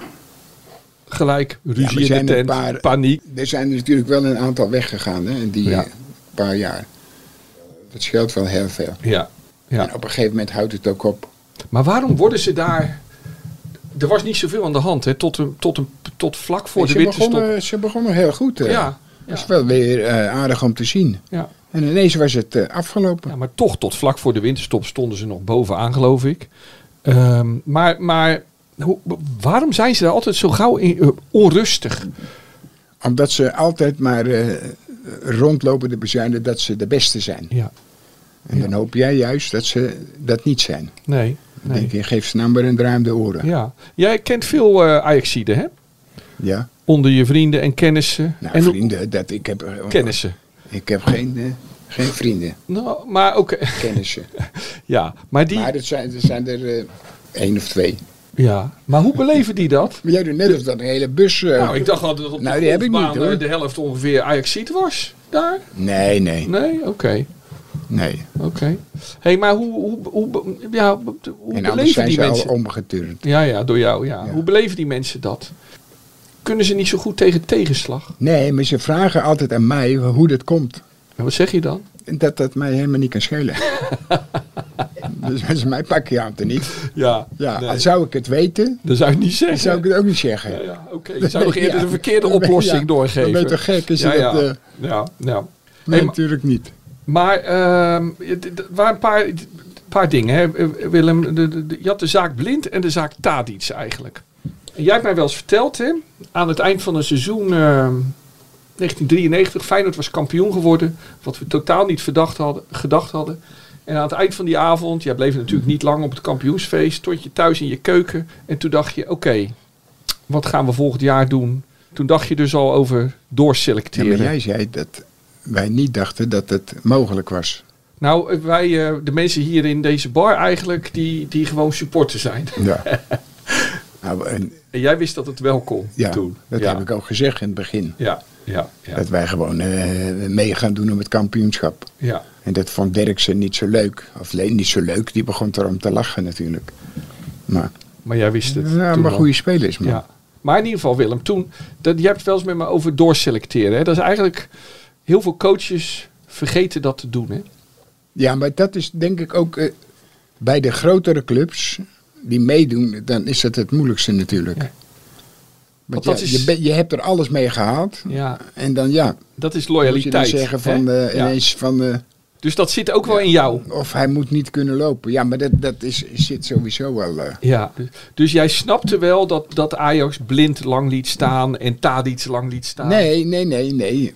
gelijk ruzie in de tent, paniek. Er zijn er natuurlijk wel een aantal weggegaan, hè, in die paar jaar. Dat scheelt wel heel veel. Ja. En op een gegeven moment houdt het ook op. Maar waarom worden ze daar... Er was niet zoveel aan de hand, hè? Tot vlak voor de winterstop. Ze begonnen heel goed. Ja. Dat is wel weer aardig om te zien. Ja. En ineens was het afgelopen. Ja, maar toch tot vlak voor de winterstop stonden ze nog bovenaan, geloof ik. Maar waarom zijn ze daar altijd zo gauw onrustig? Omdat ze altijd maar rondlopen te bezuinigen dat ze de beste zijn. Ja. En dan hoop jij juist dat ze dat niet zijn. Nee. Dan denk je, geef ze nou maar een draai om de oren. Ja. Jij kent veel Ajaxiden, hè? Ja. Onder je vrienden en kennissen. Nou, en vrienden, kennissen. Ik heb geen vrienden. Nou, maar ook... Kennissen. Ja, maar die... Maar er zijn er 1 of 2. Ja, maar hoe beleven die dat? Maar jij doet net of dat een hele bus... nou, ik dacht altijd dat op die heb ik niet, hoor. De helft ongeveer Ajaxiet was, daar? Nee. Nee? Oké. Nee. Oké. Hey, maar hoe en beleven die mensen? Al omgeturnd. Ja, door jou. Ja. Hoe beleven die mensen dat? Kunnen ze niet zo goed tegen tegenslag? Nee, maar ze vragen altijd aan mij hoe dat komt. En wat zeg je dan? Dat mij helemaal niet kan schelen. Dus mij pak je aan te niet. Ja. Nee. Als zou ik het weten... Dan zou ik het niet zeggen. Dan zou ik het ook niet zeggen. Ja, oké. Je zou nog eerder de verkeerde oplossing doorgeven. Dan ben je toch gek? Ja. Nee, natuurlijk niet. Maar er waren een paar dingen, hè, Willem. Je had de zaak Blind en de zaak Tadic eigenlijk. En jij hebt mij wel eens verteld, hè, aan het eind van het seizoen 1993, Feyenoord was kampioen geworden, wat we totaal niet gedacht hadden. En aan het eind van die avond, jij bleef natuurlijk niet lang op het kampioensfeest, stond je thuis in je keuken en toen dacht je, oké, wat gaan we volgend jaar doen? Toen dacht je dus al over doorselecteren. Ja, maar jij zei dat wij niet dachten dat het mogelijk was. Nou, wij, de mensen hier in deze bar eigenlijk, die gewoon supporter zijn. Ja. En jij wist dat het wel kon toen. Dat heb ik ook gezegd in het begin. Ja. Dat wij gewoon mee gaan doen om het kampioenschap. Ja. En dat vond Derksen niet zo leuk. Of niet zo leuk, die begon erom te lachen natuurlijk. Maar jij wist het. Ja, maar goede spelers, man. Ja. Maar in ieder geval, Willem, toen, je hebt het wel eens met me over doorselecteren. Hè? Dat is eigenlijk, heel veel coaches vergeten dat te doen. Hè? Ja, maar dat is denk ik ook bij de grotere clubs die meedoen, dan is het moeilijkste natuurlijk. Ja. Want je hebt er alles mee gehaald. Ja. En dan dat is loyaliteit. Moet je dan zeggen van ineens van... dus dat zit ook wel in jou. Of hij moet niet kunnen lopen. Ja, maar dat zit sowieso wel... Ja, dus jij snapte wel dat Ajax Blind lang liet staan en Tadic lang liet staan? Nee.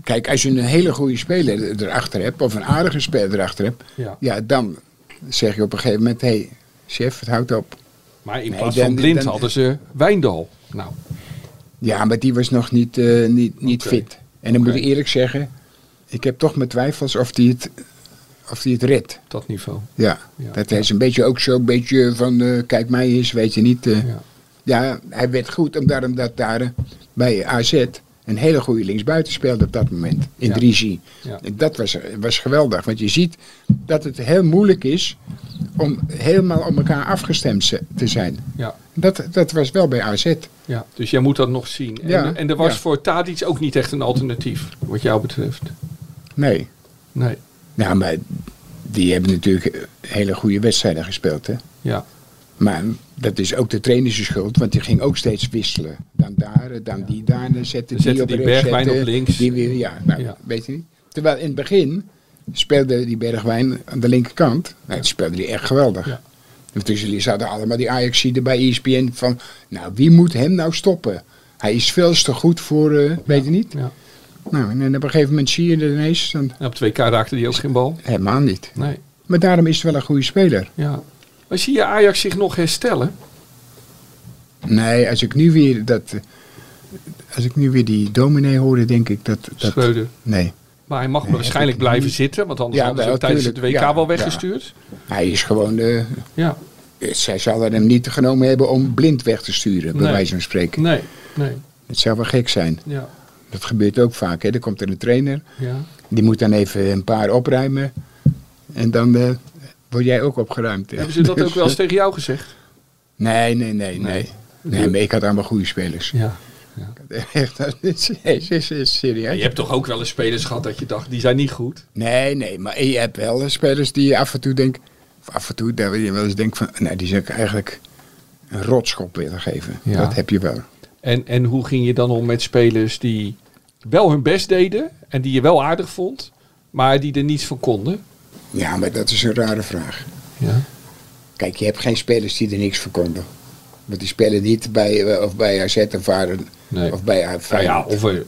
Kijk, als je een hele goede speler erachter hebt, of een aardige speler erachter hebt, Ja. dan zeg je op een gegeven moment, hé, chef, het houdt op. Maar in plaats van Blind hadden ze Wijndal. Nou, Ja, maar die was nog niet Oké. fit. En dan moet ik eerlijk zeggen, ik heb toch mijn twijfels of die het redt. dat niveau. Ja, Ja. dat is een beetje ook zo'n beetje van, kijk mij eens, weet je niet. Ja. Ja, hij werd goed, omdat daar bij AZ een hele goede linksbuiten speelde op dat moment. In Ja. 3G. Ja. En dat was geweldig. Want je ziet dat het heel moeilijk is om helemaal op elkaar afgestemd te zijn. Ja. Dat was wel bij AZ. Ja. Dus jij moet dat nog zien. Ja. En er was Ja. voor Tadic ook niet echt een alternatief, wat jou betreft. Nee. Nee. Nou, maar die hebben natuurlijk hele goede wedstrijden gespeeld, hè. Ja. Maar dat is ook de trainers schuld, want die ging ook steeds wisselen. Dan daar, dan die daar, dan zette die op die rechts. Bergwijn zette op links. Die weer, ja, nou, Ja. weet je niet. Terwijl in het begin speelde die Bergwijn aan de linkerkant. Nou, die speelde die echt geweldig. Ja. Intussen zaten allemaal die Ajaxiden bij ESPN van, nou, wie moet hem nou stoppen? Hij is veel te goed voor, weet je niet. Ja. Nou, en op een gegeven moment zie je er ineens, dan, En op 2K raakte hij ook geen bal. helemaal niet. Nee. Maar daarom is het wel een goede speler. Ja. Maar zie je Ajax zich nog herstellen? Nee, als ik nu weer die dominee hoorde, denk ik dat Schreuder. nee. Maar hij mag Nee, waarschijnlijk heb ik blijven niet. zitten, want anders Ja, hadden ze wel, hem tijdens het tuurlijk. WK Ja, wel ja. weggestuurd. Hij is gewoon Ja. zij zouden hem niet genomen hebben om blind weg te sturen, bij Nee. wijze van spreken. Nee. Het zou wel gek zijn. Ja. Dat gebeurt ook vaak, hè. Er komt er een trainer, Ja. die moet dan even een paar opruimen. En dan word jij ook opgeruimd. hè. Hebben ze dat Dus, ook wel eens tegen jou gezegd? Nee. Nee. Nee, maar ik had allemaal goede spelers. Ja. Echt, dat is serieus. Ja, je hebt toch ook wel eens spelers gehad dat je dacht, die zijn niet goed? Nee, maar je hebt wel spelers die je af en toe denkt, of af en toe dat je wel eens denkt van, nee, die zou ik eigenlijk een rotschop willen geven. Ja. Dat heb je wel. En hoe ging je dan om met spelers die wel hun best deden en die je wel aardig vond, maar die er niets van konden? Ja, maar dat is een rare vraag. Ja. Kijk, je hebt geen spelers die er niks van konden. Want die spelen niet bij AZ of Varen, Nee. of bij Nou Feyenoord. ja, of er,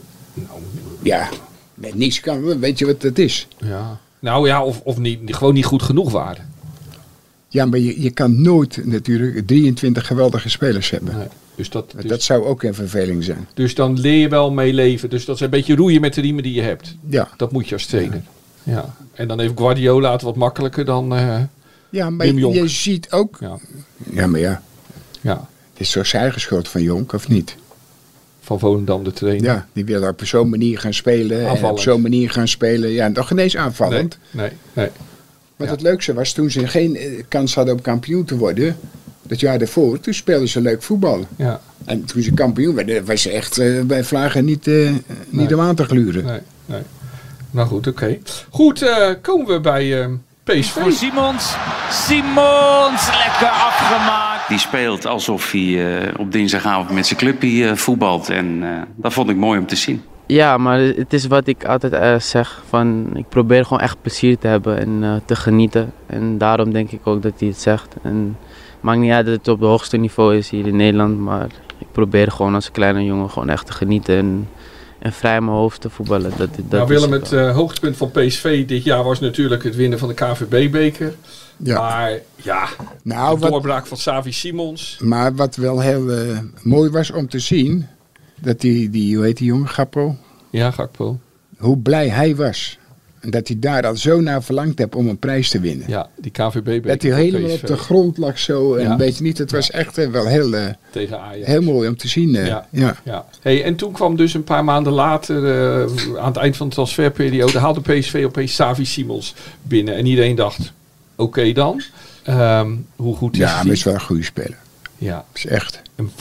Ja, met niks kan, weet je wat dat is? ja. Nou ja, of niet, gewoon niet goed genoeg waren. Ja, maar je kan nooit natuurlijk 23 geweldige spelers hebben. Nee. Dus, Dat zou ook een verveling zijn. dus dan leer je wel mee leven. Dus dat is een beetje roeien met de riemen die je hebt. Ja, Dat moet je als trainer. Ja. En dan heeft Guardiola het wat makkelijker dan... ja maar Wim Jonk. je ziet ook... ja. Ja, maar ja, Ja. het is toch zijn eigen schuld van Jonk, of niet? Van Volendam de trainer. Ja, die wil op zo'n manier gaan spelen. En op Aanvallend. zo'n manier gaan spelen. Ja, nog geen eens aanvallend. Nee. Maar Ja. het leukste was toen ze geen kans hadden om kampioen te worden. Dat jaar daarvoor, toen speelden ze leuk voetbal. Ja. En toen ze kampioen werden, was ze echt bij Vlagen niet Nee. om aan te gluren. Nee. Nou goed, oké. Goed, komen we bij PSV. Voor Simons. Simons, lekker afgemaakt. Die speelt alsof hij op dinsdagavond met zijn clubje voetbalt. En dat vond ik mooi om te zien. Ja, maar het is wat ik altijd zeg. Van, ik probeer gewoon echt plezier te hebben en te genieten. En daarom denk ik ook dat hij het zegt. En het maakt niet uit dat het op het hoogste niveau is hier in Nederland. Maar ik probeer gewoon als kleine jongen gewoon echt te genieten. En vrij mijn hoofd te voetballen. Dat Nou is Willem, het hoogtepunt van PSV dit jaar was natuurlijk het winnen van de KVB-beker. Ja. Maar ja, Nou, de doorbraak van Xavi Simons. Maar wat wel heel mooi was om te zien, dat die hoe heet die jongen, Gakpo, Ja, Gakpo. hoe blij hij was. En dat hij daar al zo naar verlangd heeft om een prijs te winnen. Ja, die KVB-beker. Dat hij van helemaal PSV op de grond lag zo. En Ja. weet je niet, het was echt wel heel, tegen Ajax. heel mooi om te zien. Ja. Hey, en toen kwam dus een paar maanden later, aan het eind van de transferperiode, haalde PSV opeens Xavi Simons binnen. En iedereen dacht, oké dan. Hoe goed is Ja, maar die? is wel een goede speler. Ja. Is echt.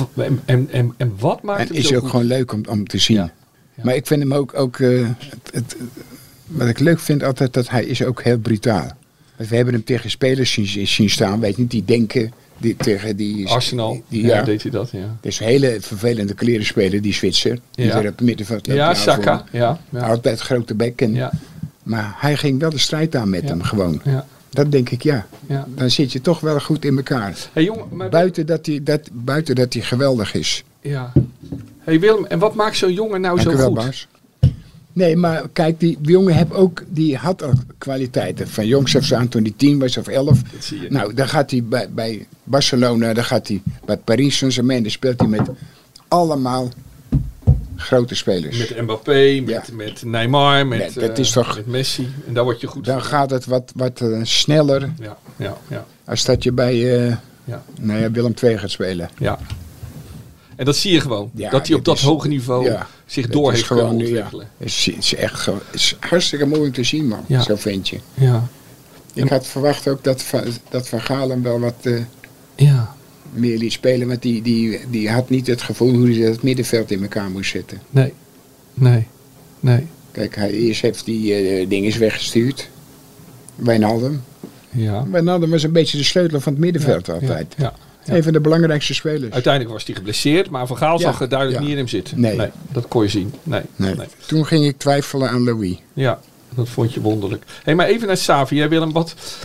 En wat maakt En hem is zo ook goed? gewoon leuk om te zien. Ja. Ja. Maar ik vind hem ook wat ik leuk vind altijd, dat hij is ook heel brutaal. Want we hebben hem tegen spelers zien staan, weet niet, die denken tegen die Arsenal, ja. deed hij dat, ja. Het is een hele vervelende kleren die Zwitser. Die Ja. er op het midden van het Ja, loopt Saka. voor. Ja. Altijd grote bek. En, Ja. Maar hij ging wel de strijd aan met Ja. hem gewoon. Ja. Dat denk ik, ja. Ja. Dan zit je toch wel goed in elkaar. Hey, jongen, maar Buiten dat hij geweldig is. ja. Hey Willem, en wat maakt zo'n jongen nou Dank zo u wel, goed? Bas. Nee, maar kijk, die jongen die had al kwaliteiten. Van jongs af aan, toen hij 10 was of 11. Dat zie je. Nou, dan gaat hij bij Barcelona, dan gaat hij bij Paris Saint-Germain. Dan speelt hij met allemaal grote spelers. Met Mbappé, met Neymar, dat is toch, met Messi. En daar word je goed dan van. gaat het wat sneller Ja. als dat je bij Willem II gaat spelen. Ja. En dat zie je gewoon. Ja, dat hij op dat hoge niveau zich door heeft kunnen gewoon ontwikkelen. Het is hartstikke mooi om te zien, man. Ja. Zo vind je. Ja. Ik had verwacht ook dat Van Gaal hem wel wat meer liet spelen. Want die had niet het gevoel hoe hij het middenveld in elkaar moest zetten. Nee. Kijk, eerst heeft die dinges weggestuurd. Wijnaldum. Ja. Wijnaldum was een beetje de sleutel van het middenveld altijd. Ja. Een van de belangrijkste spelers. Uiteindelijk was hij geblesseerd, maar Van Gaal zag er duidelijk niet in hem zitten. Nee, dat kon je zien. Nee. Toen ging ik twijfelen aan Louis. Ja, dat vond je wonderlijk. Maar even naar Xavi, hè, Willem.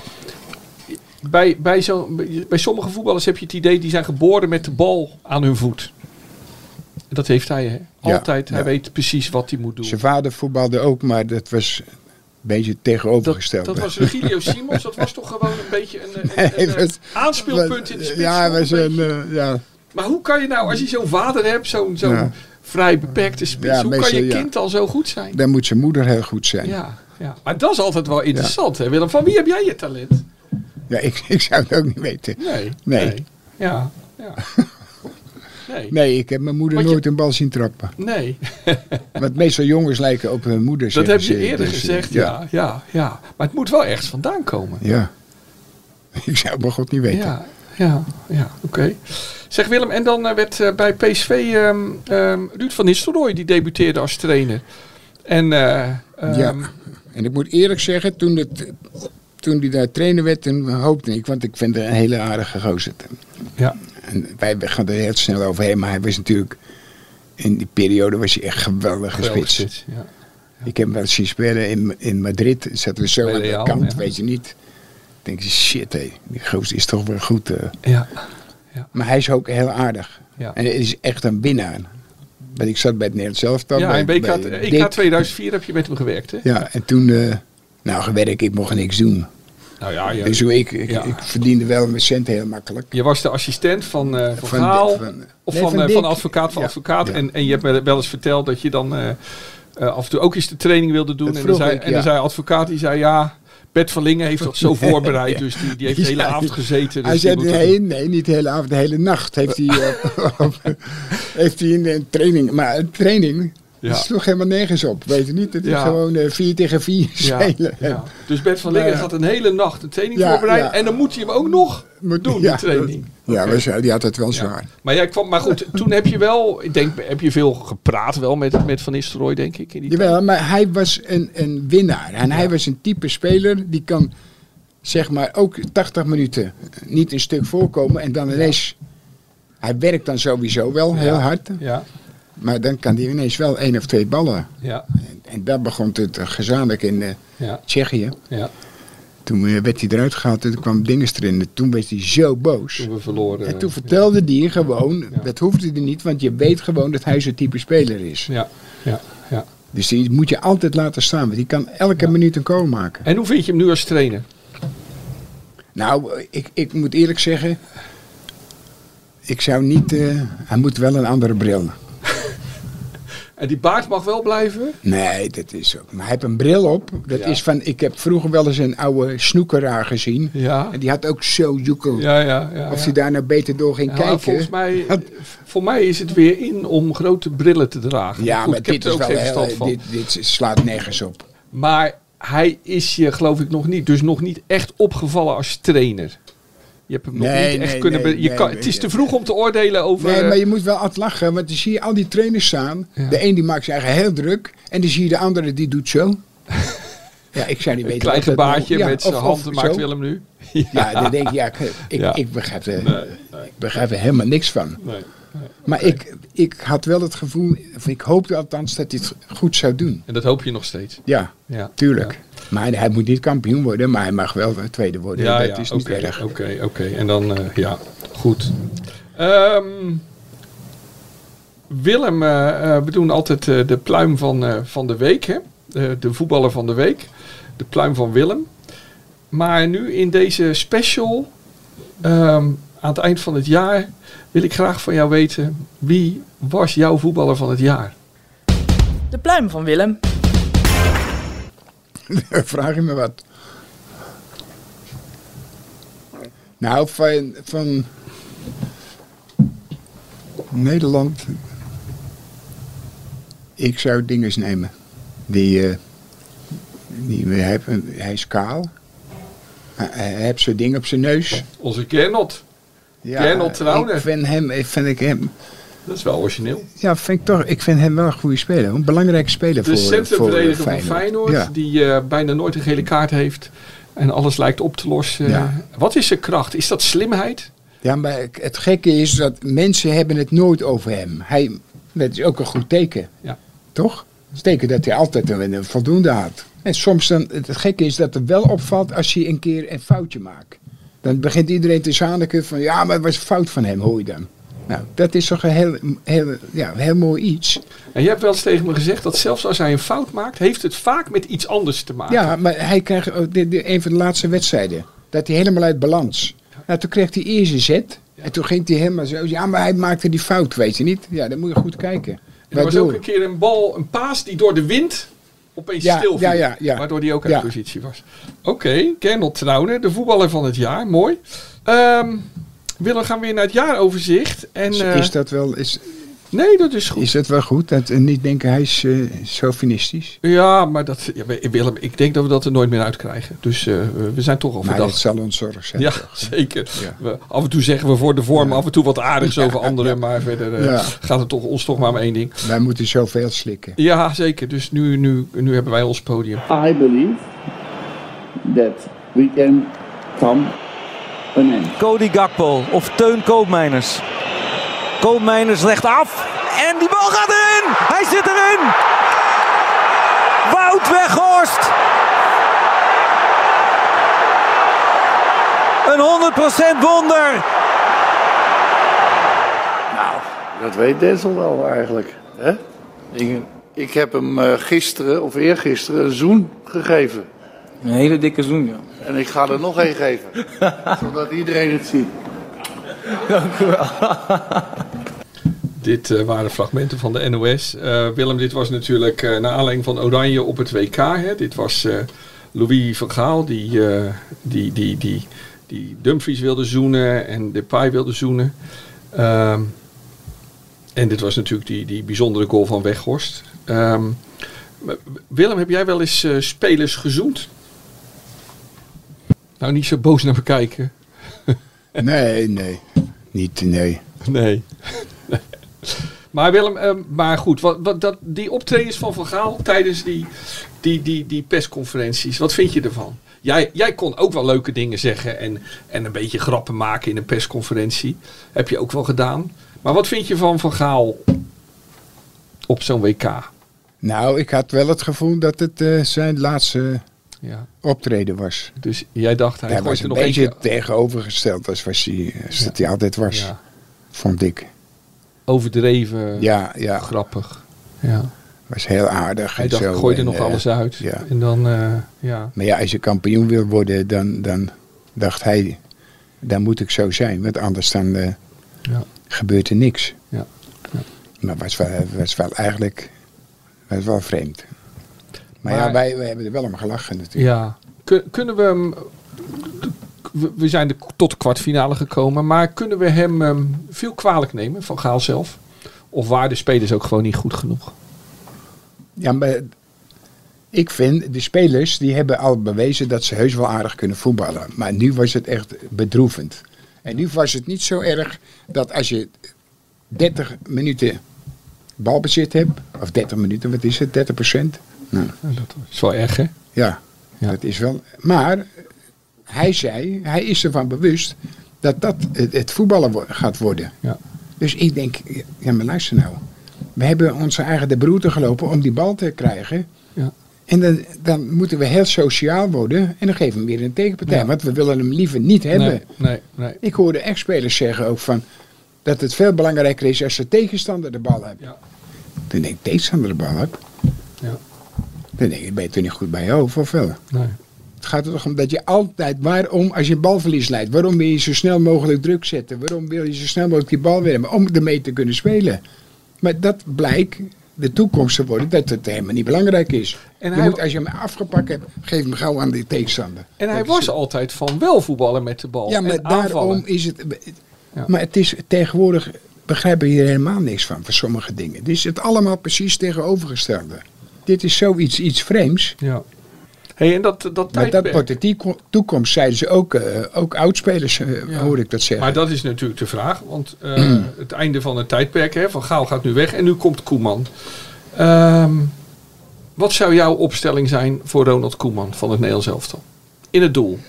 Bij sommige voetballers heb je het idee, die zijn geboren met de bal aan hun voet. Dat heeft hij, hè? Altijd. Hij weet precies wat hij moet doen. Zijn vader voetbalde ook, maar dat was een beetje tegenovergesteld. Dat was Regilio Simons, dat was toch gewoon een beetje een aanspeelpunt in de spits. Ja, was ja. Maar hoe kan je nou, als je zo'n vader hebt, zo'n vrij beperkte spits, hoe kan je kind al zo goed zijn? Dan moet zijn moeder heel goed zijn. Ja. Maar dat is altijd wel interessant, hè, Willem? Van wie heb jij je talent? Ja, ik zou het ook niet weten. Nee. Ja. Nee, ik heb mijn moeder nooit een bal zien trappen. Nee. Want meestal jongens lijken op hun moeder. Dat heb je eerder gezegd, ja. Maar het moet wel ergens vandaan komen. Ja. Ik zou het bij God niet weten. Ja, oké. Zeg Willem, en dan werd bij PSV Ruud van Nistelrooy, die debuteerde als trainer. En en ik moet eerlijk zeggen, toen hij daar trainer werd, toen hoopte ik, want ik vind het een hele aardige gozer. Ja. En wij gaan er heel snel overheen, maar hij was natuurlijk, in die periode was hij echt geweldig spits. Ja. Ik heb hem wel zien spelen in Madrid, zaten we zo aan de kant, weet je niet. Ik denk, shit hé, die gozer is toch wel goed. Ja. Maar hij is ook heel aardig. Ja. En hij is echt een winnaar. Want ik zat bij het Nederlands elftal. Ja, in EK 2004 heb je met hem gewerkt, hè? Ja, en toen, gewerkt, ik mocht niks doen. Nou ja. Dus ik verdiende wel mijn cent heel makkelijk. Je was de assistent van Gaal, van advocaat van advocaat. Ja. En je hebt me wel eens verteld dat je dan af en toe ook eens de training wilde doen. En dan zei advocaat, die zei Bert van Lingen heeft dat zo voorbereid, dus die heeft de hele avond gezeten. Dus hij zei niet de hele avond, de hele nacht heeft hij in een training. Maar een training, dat sloeg helemaal nergens op, weet je niet. Het is gewoon 4 tegen 4 spelen. Ja. Dus Bert van Lingen gaat een hele nacht een training voorbereiden en dan moet hij hem ook nog doen, die training. Ja, die had het wel zwaar. Maar goed, toen heb je wel, ik denk, heb je veel gepraat wel met Van Nistelrooy, denk ik. In die tijd. Maar hij was een winnaar. En hij was een type speler die kan, zeg maar, ook 80 minuten niet een stuk voorkomen. En dan ineens, hij werkt dan sowieso wel heel hard. Ja. Maar dan kan hij ineens wel 1 of 2 ballen. Ja. En daar begon het gezamenlijk in Tsjechië. Ja. Toen werd hij eruit gehaald en toen kwam Dinges erin. Toen werd hij zo boos. Toen we verloren. En toen vertelde hij gewoon, dat hoefde hij niet, want je weet gewoon dat hij zo'n type speler is. Ja. Dus die moet je altijd laten staan, want die kan elke minuut een goal maken. En hoe vind je hem nu als trainer? Nou, ik moet eerlijk zeggen, ik zou niet, hij moet wel een andere bril. En die baard mag wel blijven? Nee, dat is ook. Maar hij heeft een bril op. Dat is van. Ik heb vroeger wel eens een oude snoekeraar gezien. Ja. En die had ook zo joekel. Of hij daar nou beter door ging kijken. Voor mij is het weer in om grote brillen te dragen. Ja, maar dit is wel dit slaat nergens op. Maar hij is je, geloof ik, nog niet echt opgevallen als trainer. Je hebt hem nog niet echt kunnen... Het is te vroeg om te oordelen over... Nee, maar je moet wel altijd lachen. Want dan zie je al die trainers staan. Ja. De een die maakt zijn eigen heel druk. En dan zie je de andere die doet zo. Ja, ik zou niet weten... Een klein gebaartje met zijn handen maakt Willem nu. Ja, dan denk ik... Ik begrijp er helemaal niks van. Nee. Maar ik had wel het gevoel... Of ik hoopte althans dat hij het goed zou doen. En dat hoop je nog steeds? Ja, tuurlijk. Ja. Maar hij moet niet kampioen worden, maar hij mag wel tweede worden. Ja, dat is niet erg. Oké. En dan, goed. Willem, we doen altijd de pluim van de week. Hè? De voetballer van de week. De pluim van Willem. Maar nu in deze special, aan het eind van het jaar, wil ik graag van jou weten, wie was jouw voetballer van het jaar? De pluim van Willem. Vraag je me wat? Nou, van Nederland. Ik zou dinges nemen. Hij is kaal. Hij heeft zo'n ding op zijn neus. Onze Gernot. Ja, Gernot Trauner. Vind ik hem. Dat is wel origineel. Ja, ik vind hem wel een goede speler. Een belangrijke speler de voor centrumverdediger van Feyenoord. Feyenoord. Ja. Die bijna nooit een gele kaart heeft. En alles lijkt op te lossen. Ja. Wat is zijn kracht? Is dat slimheid? Ja, maar het gekke is dat mensen hebben het nooit over hem. Dat is ook een goed teken. Ja. Toch? Dat is een teken dat hij altijd een voldoende had. En soms dan, het gekke is dat het wel opvalt als hij een keer een foutje maakt. Dan begint iedereen te zaniken van ja, maar het was een fout van hem, hoor je dan. Nou, dat is toch een heel mooi iets. En je hebt wel eens tegen me gezegd dat zelfs als hij een fout maakt, heeft het vaak met iets anders te maken. Ja, maar hij kreeg een van de laatste wedstrijden. Dat hij helemaal uit balans. Nou, toen kreeg hij eerst een zet. Ja. En toen ging hij helemaal zo. Ja, maar hij maakte die fout, weet je niet. Ja, dan moet je goed kijken. En er was ook een keer een paas die door de wind opeens stil viel. Ja. Waardoor hij ook uit positie was. Oké, Gernot Trauner, de voetballer van het jaar. Mooi. Willem, gaan we weer naar het jaaroverzicht. En, is dat wel... Nee, dat is goed. Is dat wel goed? Dat niet denken hij is chauvinistisch? Ja, maar Willem, ik denk dat we dat er nooit meer uitkrijgen. Dus we zijn toch al verdacht. Maar dat zal ons zorg zijn. Ja, zeker. Ja. Af en toe zeggen we voor de vorm af en toe wat aardigs over anderen. Maar verder gaat het ons toch maar om één ding. Wij moeten zoveel slikken. Ja, zeker. Dus nu hebben wij ons podium. I believe that we can come an end. Cody Gakpo of Teun Koopmeiners. Koopmeiners legt af en die bal gaat erin. Hij zit erin. Wout Weghorst. Een 100% wonder. Nou, dat weet Denzel wel eigenlijk. Hè? Ik heb hem gisteren of eergisteren een zoen gegeven. Een hele dikke zoen, ja. En ik ga er nog één geven. Zodat iedereen het ziet. Dank u wel. Dit waren fragmenten van de NOS. Willem, dit was natuurlijk naar aanleiding van Oranje op het WK. Hè. Dit was Louis van Gaal die Dumfries wilde zoenen en Depay wilde zoenen. En dit was natuurlijk die bijzondere goal van Weghorst. Willem, heb jij wel eens spelers gezoend? Nou, niet zo boos naar me kijken. Nee. Nee. Maar Willem, maar goed, die optredens van Van Gaal tijdens die persconferenties, wat vind je ervan? Jij kon ook wel leuke dingen zeggen en een beetje grappen maken in een persconferentie. Heb je ook wel gedaan. Maar wat vind je van Van Gaal op zo'n WK? Nou, ik had wel het gevoel dat het zijn laatste optreden was. Dus jij dacht, hij was er nog een beetje eentje tegenovergesteld als dat hij altijd was. Ja. Vond ik. Overdreven, grappig. Ja. Was heel aardig. Hij dacht, gooi er nog alles uit. Ja. En dan, Maar ja, als je kampioen wil worden, dan dacht hij, dan moet ik zo zijn. Want anders dan gebeurt er niks. Ja. Maar het was wel vreemd. Maar wij hebben er wel om gelachen natuurlijk. Ja. Kunnen we hem... We zijn tot de kwartfinale gekomen, maar kunnen we hem veel kwalijk nemen, Van Gaal zelf? Of waren de spelers ook gewoon niet goed genoeg? Ja, maar ik vind, de spelers die hebben al bewezen dat ze heus wel aardig kunnen voetballen. Maar nu was het echt bedroevend. En nu was het niet zo erg dat als je 30 minuten balbezit hebt, of 30 minuten, wat is het, 30%? Nou, dat is wel erg, hè? Ja, dat is wel. Maar hij is ervan bewust dat het voetballen gaat worden. Ja. Dus ik denk, ja, maar luister nou. We hebben onze eigen de broerte gelopen om die bal te krijgen. Ja. En dan moeten we heel sociaal worden. En dan geven we weer een tegenpartij. Ja. Want we willen hem liever niet hebben. Nee. Ik hoorde echt spelers zeggen ook van... dat het veel belangrijker is als de tegenstander de bal heeft. Ja. Dan denk ik, tegenstander de bal heeft. Ja. Dan denk ik, ben je toch niet goed bij je hoofd of wel? Nee. Het gaat er toch om dat je altijd, waarom als je een balverlies leidt, waarom wil je zo snel mogelijk druk zetten? Waarom wil je zo snel mogelijk die bal weer hebben? Om ermee te kunnen spelen. Maar dat blijkt de toekomst te worden dat het helemaal niet belangrijk is. En Je moet, als je hem afgepakt hebt, geef hem gauw aan de tegenstander. En hij was altijd van wel voetballen met de bal. Ja, maar en aanvallen. daarom is het... Ja. Maar het is tegenwoordig, begrijpen we hier helemaal niks van sommige dingen. Het is het allemaal precies tegenovergestelde. Dit is zoiets iets vreemds. Ja. Hey, en dat Maar tijdperk. dat wordt de toekomst, zeiden ze ook oudspelers, hoorde ik dat zeggen. Maar dat is natuurlijk de vraag. Want het einde van het tijdperk, hè, Van Gaal gaat nu weg en nu komt Koeman. Wat zou jouw opstelling zijn voor Ronald Koeman van het Nederlands elftal? In het doel.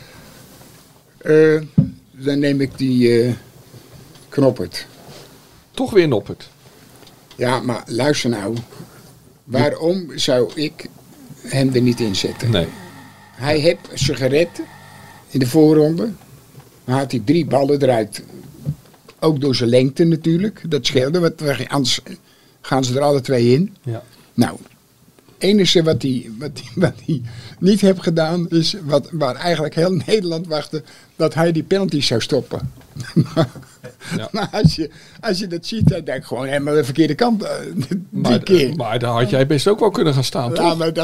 Dan neem ik die Knoppert. Toch weer Noppert. Ja, maar luister nou. Waarom zou ik hem er niet in zetten? Nee. Hij heeft ze gered in de voorronde. Dan had hij 3 ballen eruit. Ook door zijn lengte natuurlijk. Dat scheelde, want anders gaan ze er alle 2 in. Ja. Nou, het enige wat hij niet heeft gedaan is waar eigenlijk heel Nederland wachtte, dat hij die penalty zou stoppen. Ja. Maar als je dat ziet, dan denk ik gewoon helemaal de verkeerde kant. 3 keer. Maar daar had jij best ook wel kunnen gaan staan, Ja, toch? maar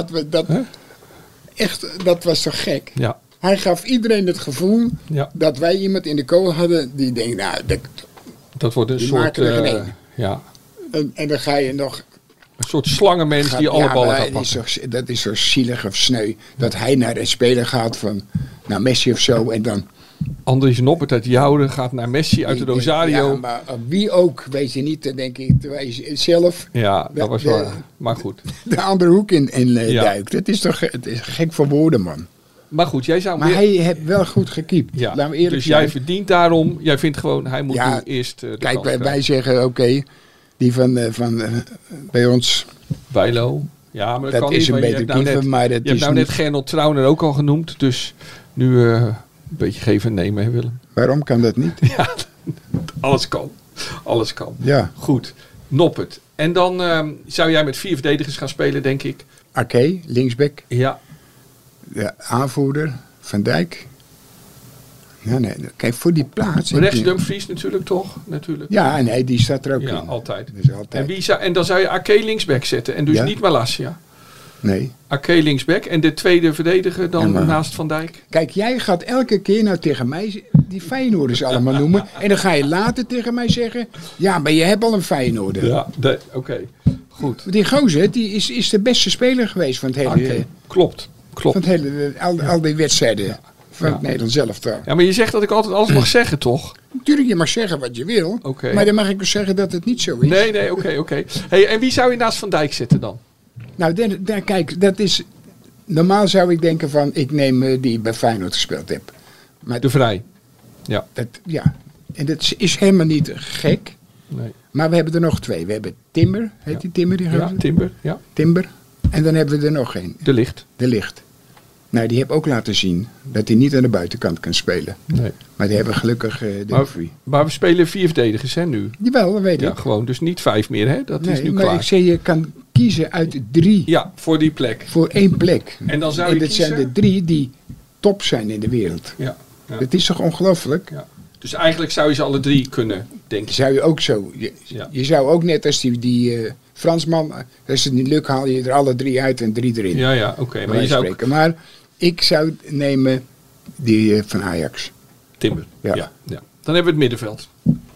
dat was toch gek. Ja. Hij gaf iedereen het gevoel Ja. dat wij iemand in de kool hadden die denkt, nou, Dat wordt een die soort... maken er geen één. ja. En dan ga je nog... Een soort slangenmens die alle ballen gaat pakken. Dat is zo zielig of sneu. Dat hij naar een speler gaat van Messi of zo. En dan... Andries Noppert uit Jouden gaat naar Messi uit de Rosario. Ja, maar wie ook, weet je niet. Dan denk ik, terwijl je zelf Ja, dat was waar. Maar goed. de andere hoek in Ja. duikt. Het is gek voor woorden, man. Maar goed, jij zou... Maar hij heeft wel goed gekiept. Ja, Laten we eerlijk dus zijn. jij verdient daarom... Jij vindt gewoon, hij moet Ja, nu eerst de Kijk, kans wij krijgen. zeggen, oké, die van bij ons... Bijlo. Ja, maar dat, Dat kan is niet. een Maar je betere hebt nou keeper, net, maar dat je hebt is nou niet- net Gernot Trauner ook al genoemd. Dus nu een beetje geven en nemen, hè, Willem. Waarom kan dat niet? Ja, alles kan. Alles kan. Ja. Goed. Noppert. En dan zou jij met 4 verdedigers gaan spelen, denk ik. Arke, linksback. Ja. De aanvoerder, Van Dijk. Ja, nee, kijk, voor die plaats... Rechts Dumfries natuurlijk, toch? Natuurlijk. Ja, nee, die staat er ook Ja, in. altijd. Dus altijd. En dan zou je Arke linksback zetten. En dus Ja. niet Malasia. Nee. Arke linksback. En de tweede verdediger dan Ja, maar- naast Van Dijk. Kijk, jij gaat elke keer nou tegen mij die Feyenoorders allemaal noemen. En dan ga je later tegen mij zeggen... Ja, maar je hebt al een Feyenoorder. Ja, oké. Goed. Die gozer, die is de beste speler geweest van het hele... Oké. Klopt. Van het hele, al die wedstrijden van het Nederlands elftal. Ja, maar je zegt dat ik altijd alles mag zeggen, toch? Natuurlijk, je mag zeggen wat je wil. Oké. Maar dan mag ik dus zeggen dat het niet zo is. Nee, oké. Hey, en wie zou je naast Van Dijk zetten dan? Nou, kijk, dat is... Normaal zou ik denken van, ik neem die bij Feyenoord gespeeld heb. Maar De Vrij. Ja. Ja, en dat is helemaal niet gek. Nee. Maar we hebben er nog 2. We hebben Timber, heet die Timber? Die Ja, gozer? Timber. Ja. Timber. En dan hebben we er nog één. De Licht. De Licht. Nou, die heeft ook laten zien dat hij niet aan de buitenkant kan spelen. Nee. Maar die hebben gelukkig Dumfries. Maar we spelen 4 verdedigers, hè, nu? Jawel, dat weet Ja, ik. gewoon. Dus niet 5 meer, hè? Dat is Nee, nu maar klaar. ik zeg, je kan kiezen uit 3 Ja, voor die plek. voor 1 plek. En dan zou En je dat zijn kiezen? de 3 die top zijn in de wereld. Ja. Ja. Dat is toch ongelooflijk? Ja. Dus eigenlijk zou je ze alle 3 kunnen, denk ik. Zou je ook zo... Je zou ook net als die Fransman... Als het niet lukt, haal je er alle 3 uit en 3 erin. Ja, oké. Maar je zou ook... Maar ik zou nemen die van Ajax. Timber. Ja. Ja. Dan hebben we het middenveld.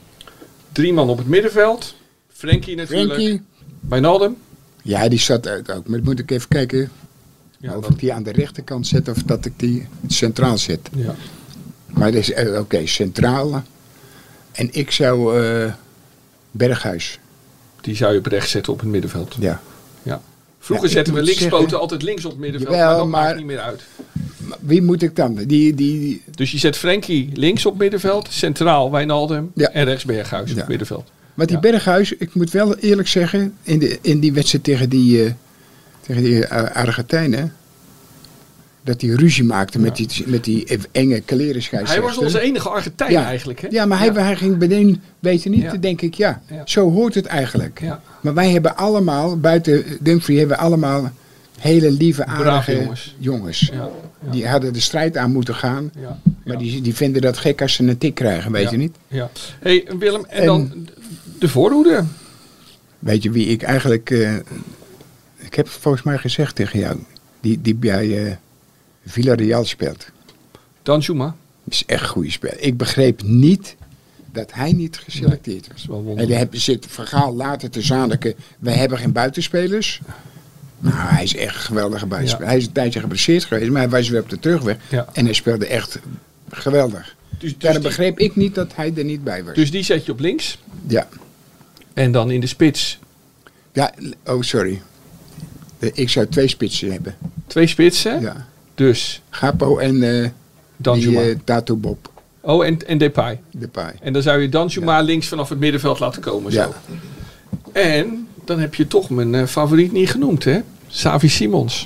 3 man op het middenveld. Frenkie natuurlijk. Frenkie. Wijnaldum. Ja, die staat uit ook. Maar dan moet ik even kijken Ja, of ik die aan de rechterkant zet of dat ik die centraal zet. Ja. Maar dat is oké, centraal. En ik zou Berghuis. Die zou je op rechts zetten op het middenveld. Ja. Vroeger Ja, zetten we ik moet linkspoten zeggen- altijd links op het middenveld. Jawel, maar dat maakt maar- niet meer uit. Maar wie moet ik dan? Die Dus je zet Frenkie links op het middenveld. Centraal Wijnaldum. Ja. En rechts Berghuis op Ja. het middenveld. Maar die Ja. Berghuis, ik moet wel eerlijk zeggen, in die wedstrijd tegen die Argentijnen, Dat hij ruzie maakte met die enge klerenscheidsrechter. Hij was onze enige Argentijn eigenlijk. Hè? Ja, maar hij ging meteen weten niet, denk ik, zo hoort het eigenlijk. Ja. Maar wij hebben allemaal, buiten Dumfries, hebben we allemaal hele lieve, aardige jongens. Ja. Die hadden de strijd aan moeten gaan. Ja. Maar die vinden dat gek als ze een tik krijgen, weet je niet? Ja. Hey Willem, en dan de voorhoede. Weet je wie ik eigenlijk... ik heb volgens mij gezegd tegen jou, die bij Villarreal speelt. Danjuma. Dat is echt een goede speler. Ik begreep niet dat hij niet geselecteerd was. En dan zit Vergaal later te zaniken. Wij hebben geen buitenspelers. Nou, hij is echt een geweldige buitenspeler. Hij is een tijdje geblesseerd geweest, maar hij was weer op de terugweg. Ja. En hij speelde echt geweldig. Dus dan begreep ik niet dat hij er niet bij was. Dus die zet je op links? Ja. En dan in de spits? Ja, sorry. Ik zou 2 spitsen hebben. 2 spitsen? Ja. Dus? Gapo en Tatu Bob. Oh, en Depay. En dan zou je Danjuma links vanaf het middenveld laten komen. Zo. Ja. En dan heb je toch mijn favoriet niet genoemd, hè? Xavi Simons.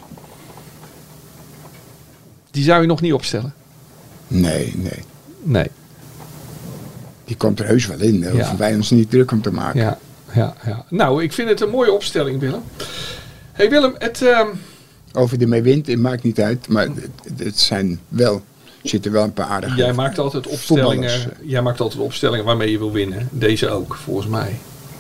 Die zou je nog niet opstellen? Nee. Die komt er heus wel in. Daar hoeven wij ons niet druk om te maken. Ja. Nou, ik vind het een mooie opstelling, Willem. Hey Willem, Of je ermee wint, maakt niet uit. Maar het zijn wel... zitten wel een paar aardige. Jij maakt altijd opstellingen waarmee je wil winnen. Deze ook, volgens mij.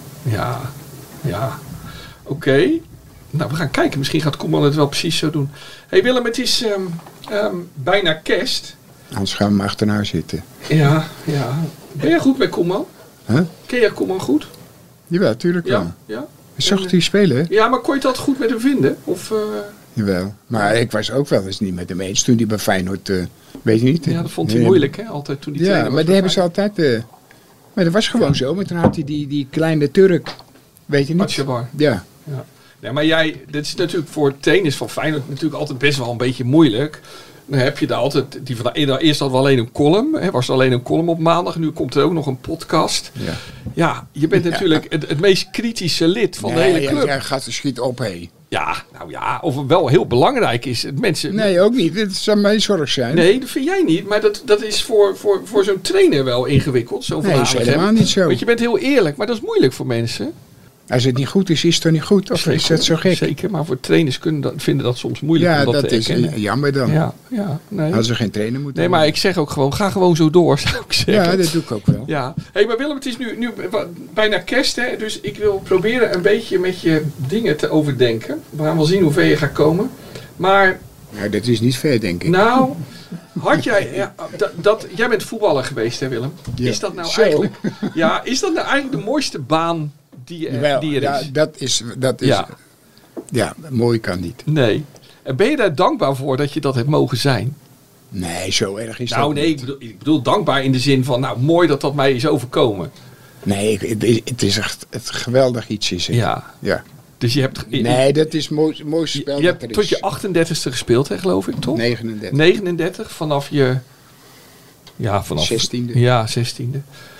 Ja. Oké. Nou, we gaan kijken. Misschien gaat Koeman het wel precies zo doen. Hey Willem, het is bijna kerst. Anders gaan we maar achterna zitten. Ja. Ben jij goed met Koeman? Huh? Ken jij Koeman goed? Jawel, natuurlijk wel. Ja. Zag hij spelen, hè? Ja, maar kon je dat goed met hem vinden? Of... Jawel. Maar ik was ook wel eens niet met hem eens toen hij bij Feyenoord... weet je niet? Ja, dat vond hij moeilijk, hè? Altijd toen hij trainer was. Ja, maar die hebben ze altijd... maar dat was gewoon zo. Maar toen had hij die kleine Turk... Weet je niet? Atjebar. Ja. Nee, maar dit is natuurlijk voor trainers van Feyenoord natuurlijk altijd best wel een beetje moeilijk. Dan heb je daar altijd... Eerst hadden we alleen een column. Was er alleen een column op maandag. Nu komt er ook nog een podcast. Ja, je bent natuurlijk het meest kritische lid van de hele club. Jij gaat de schiet op, hé. Ja, nou ja, of het wel heel belangrijk is. Mensen... Nee, ook niet. Het zou mijn zorg zijn. Nee, dat vind jij niet. Maar dat is voor zo'n trainer wel ingewikkeld. Nee, dat is helemaal niet zo. Want je bent heel eerlijk, maar dat is moeilijk voor mensen. Als het niet goed is, is het toch niet goed? Of is dat zo gek? Zeker, maar voor trainers vinden dat soms moeilijk om dat te erkennen. Is jammer dan. Ja, nee. Als er geen trainer moet Nee, maar ik zeg ook gewoon, ga gewoon zo door, zou ik zeggen. Ja, dat doe ik ook wel. Ja. Hey, maar Willem, het is nu bijna kerst, hè? Dus ik wil proberen een beetje met je dingen te overdenken. We gaan wel zien hoe ver je gaat komen. Maar... Nou, dat is niet ver, denk ik. Nou, had jij... jij bent voetballer geweest, hè Willem? Ja. Is dat nou eigenlijk... Ja, is dat nou eigenlijk de mooiste baan die er is? Dat is... Ja, mooi kan niet. Nee. En ben je daar dankbaar voor dat je dat hebt mogen zijn? Nee, zo erg is dat niet. Nou nee, ik bedoel dankbaar in de zin van... Nou, mooi dat mij is overkomen. Nee, het is echt het geweldig iets is het. Ja. Dus je hebt... Nee, dat is het mooiste spel je hebt tot je 38e gespeeld, hè, geloof ik, toch? 39 vanaf je... Ja, vanaf... 16e. Ja, 16e.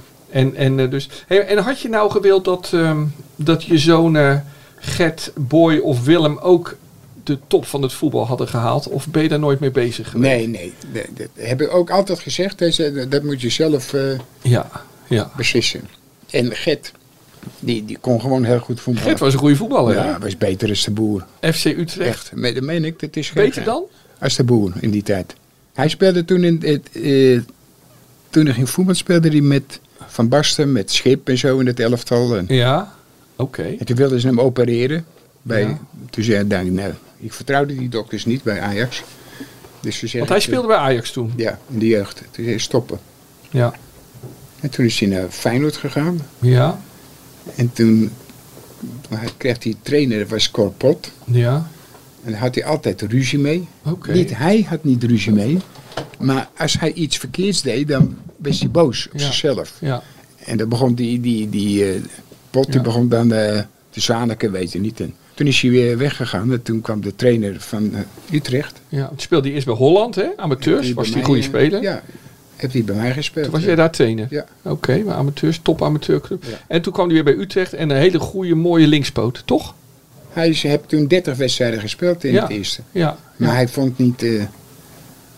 En had je nou gewild dat je zoon Gert, Boy of Willem ook de top van het voetbal hadden gehaald? Of ben je daar nooit mee bezig geweest? Nee. Dat heb ik ook altijd gezegd. Dat moet je zelf beslissen. En Gert, die kon gewoon heel goed voetballen. Gert was een goede voetballer, hè? Ja, was beter als de Boer. FC Utrecht. Echt, dat meen ik. Dat is beter dan? Als de Boer in die tijd. Hij speelde toen toen hij ging voetbal speelde hij met Van Basten, met Schip en zo in het elftal. Ja, oké. En toen wilden ze hem opereren. Toen zei hij, nou, ik vertrouwde die dokters niet bij Ajax. Dus want hij speelde bij Ajax toen? Ja, in de jeugd. Toen zei hij stoppen. Ja. En toen is hij naar Feyenoord gegaan. Ja. En toen kreeg hij trainer, dat was Cor Pot. Ja. En daar had hij altijd ruzie mee. Okay. Hij had niet ruzie mee. Maar als hij iets verkeerds deed, dan was hij boos op zichzelf. Ja. En dan begon die Pot die begon dan te zaniken, weet je niet. En toen is hij weer weggegaan. En toen kwam de trainer van Utrecht. Ja, toen speelde hij eerst bij Holland, hè? Amateurs. Was hij een goede speler? Ja, heeft hij bij mij gespeeld. Toen was jij daar trainer? Ja. Oké, maar amateurs, top amateurclub. Ja. En toen kwam hij weer bij Utrecht en een hele goede, mooie linkspoot, toch? Hij heeft toen 30 wedstrijden gespeeld in het eerste. Ja. Maar hij vond niet...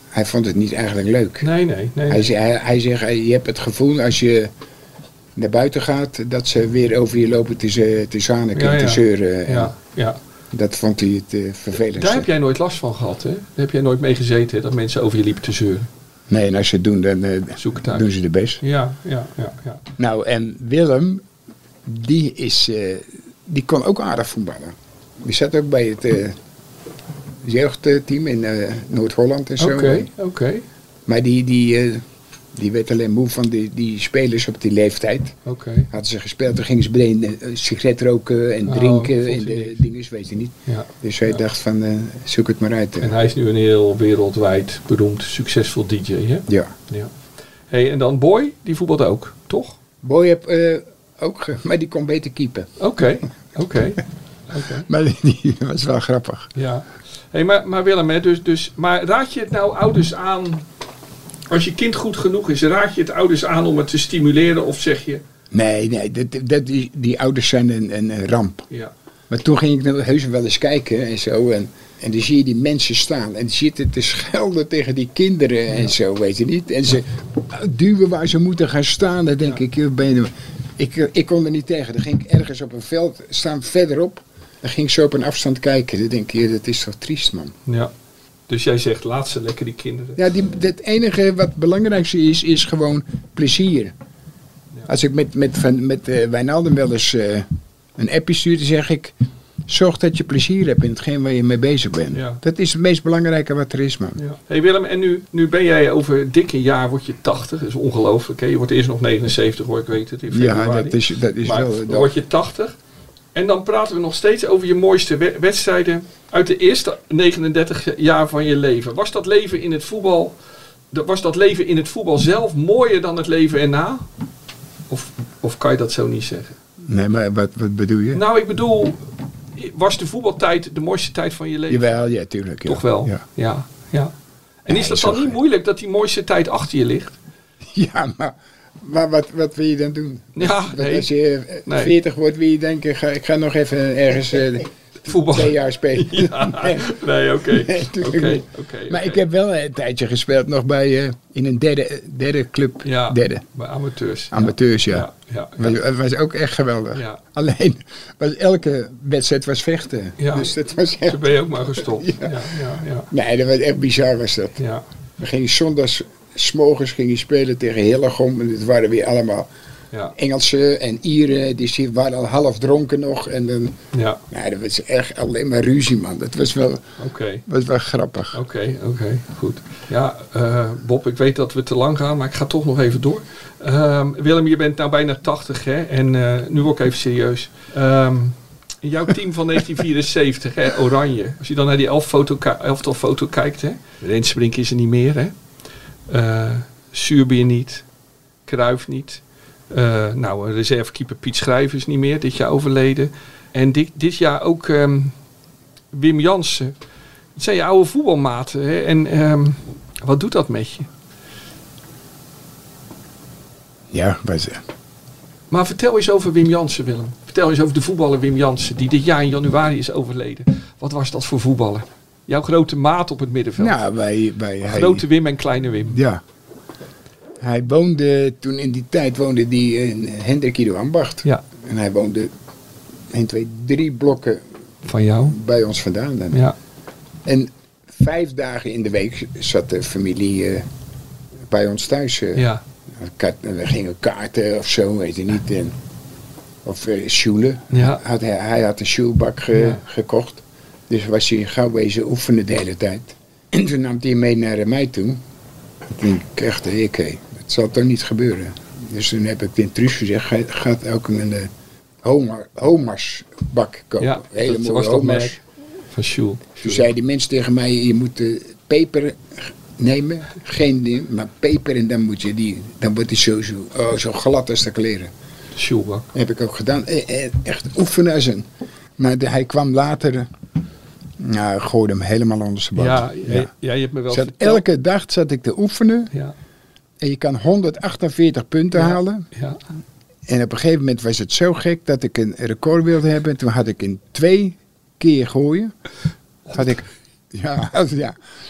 hij vond het niet eigenlijk leuk. Nee. Hij zegt, je hebt het gevoel als je naar buiten gaat, dat ze weer over je lopen te zaniken en te zeuren. Ja. Dat vond hij het vervelendste. Daar heb jij nooit last van gehad, hè? Daar heb jij nooit mee gezeten, hè? Dat mensen over je liepen te zeuren. Nee, en als ze het doen, dan doen ze de best. Ja. Nou, en Willem, die kon ook aardig voetballen. Die zat ook bij het jeugdteam in Noord-Holland en zo. Oké. Maar die werd alleen moe van die spelers op die leeftijd. Oké. Hadden ze gespeeld, dan gingen ze meteen sigaret roken en drinken en de dingen, weet je niet. Ja. Dus hij dacht van, zoek het maar uit. En hij is nu een heel wereldwijd beroemd, succesvol DJ, hè? Ja. Hey, en dan Boy, die voetbalde ook, toch? Boy heb ook, maar die kon beter keepen. Oké. Maar die was wel grappig. Ja. Hey, maar Willem, hè, maar raad je het nou ouders aan, als je kind goed genoeg is, raad je het ouders aan om het te stimuleren of zeg je... Nee, die ouders zijn een ramp. Ja. Maar toen ging ik nou heus wel eens kijken en zo. En dan zie je die mensen staan en die zitten te schelden tegen die kinderen en zo, weet je niet. En ze duwen waar ze moeten gaan staan. Dan denk ik kon er niet tegen. Dan ging ik ergens op een veld staan verderop. Dan ging ik zo op een afstand kijken. Dan denk ik, dat is toch triest, man. Ja. Dus jij zegt, laat ze lekker die kinderen. Ja, het enige wat het belangrijkste is gewoon plezier. Ja. Als ik met Wijnaldum wel eens een appje stuur, dan zeg ik, zorg dat je plezier hebt in hetgeen waar je mee bezig bent. Ja. Dat is het meest belangrijke wat er is, man. Ja. Hey Willem, en nu ben jij over dik een jaar, word je 80. Dat is ongelooflijk. Hè? Je wordt eerst nog 79, hoor, ik weet het. In februari. Ja, dat is maar wel... Dan word je 80. En dan praten we nog steeds over je mooiste wedstrijden uit de eerste 39 jaar van je leven. Was dat leven in het voetbal zelf mooier dan het leven erna? Of kan je dat zo niet zeggen? Nee, maar wat bedoel je? Nou, ik bedoel, was de voetbaltijd de mooiste tijd van je leven? Jawel, ja, tuurlijk. Ja. Toch wel? Ja. En is dat dan niet moeilijk dat die mooiste tijd achter je ligt? Ja, maar wat wil je dan doen? Ja, als je 40 wordt, wil je denken, ik ga nog even ergens voetbal 2 jaar spelen. Ja, nee, oké. Maar ik heb wel een tijdje gespeeld nog bij in een derde club. Ja, derde. Bij amateurs. Amateurs, ja. Het was ook echt geweldig. Ja. Alleen, elke wedstrijd was vechten. Ja. Dus dat was echt... Toen ben je ook maar gestopt. Ja. Nee, dat was echt bizar was dat. Ja. We gingen zondags, 's morgens gingen spelen tegen Hillegom. En het waren weer allemaal Engelsen en Ieren. Die waren al half dronken nog. En dan, dat was echt alleen maar ruzie, man. Dat was wel, was wel grappig. Oké, goed. Ja, Bob, ik weet dat we te lang gaan, maar ik ga toch nog even door. Willem, je bent nou bijna 80, hè? En nu word ik even serieus. In jouw team van 1974, hè, Oranje. Als je dan naar die elftal foto kijkt, hè? Rensbrink is er niet meer, hè? Suurbier niet. Cruijff niet. Reservekeeper Piet Schrijver is niet meer. Dit jaar overleden. En dit jaar ook Wim Jansen. Het zijn je oude voetbalmaten. Hè? En wat doet dat met je? Ja, maar vertel eens over Wim Jansen, Willem. Vertel eens over de voetballer Wim Jansen, die dit jaar in januari is overleden. Wat was dat voor voetballer? Jouw grote maat op het middenveld. Nou, grote Wim en kleine Wim. Ja. Hij woonde, toen in die tijd woonde hij in Hendrik Ido Ambacht. Ja. En hij woonde 1, 2, 3 blokken van jou bij ons vandaan. Dan. Ja. En 5 dagen in de week zat de familie bij ons thuis. Ja. We gingen kaarten of zo, weet je niet. Of sjoelen. Ja. Hij had een sjoelbak gekocht. Dus was hij gauw wezen oefenen de hele tijd. En toen nam hij mee naar mij toe. Toen kreeg ik het zal toch niet gebeuren. Dus toen heb ik tegen Truus gezegd, gaat ook een Homars bak kopen. Ja, hele mooie was Homars. Dat van Sjoel. Toen zei die mens tegen mij, je moet peper nemen, geen ding, maar peper en dan moet je dan wordt die zo glad als de kleren. Sjoelbak. Dat heb ik ook gedaan. Echt oefenen als een. Maar hij kwam later. Nou, gooide hem helemaal onder zijn band. Ja, je hebt me wel verteld. Elke dag zat ik te oefenen. Ja. En je kan 148 punten halen. Ja. En op een gegeven moment was het zo gek dat ik een record wilde hebben. Toen had ik in 2 keer gooien. Had ik,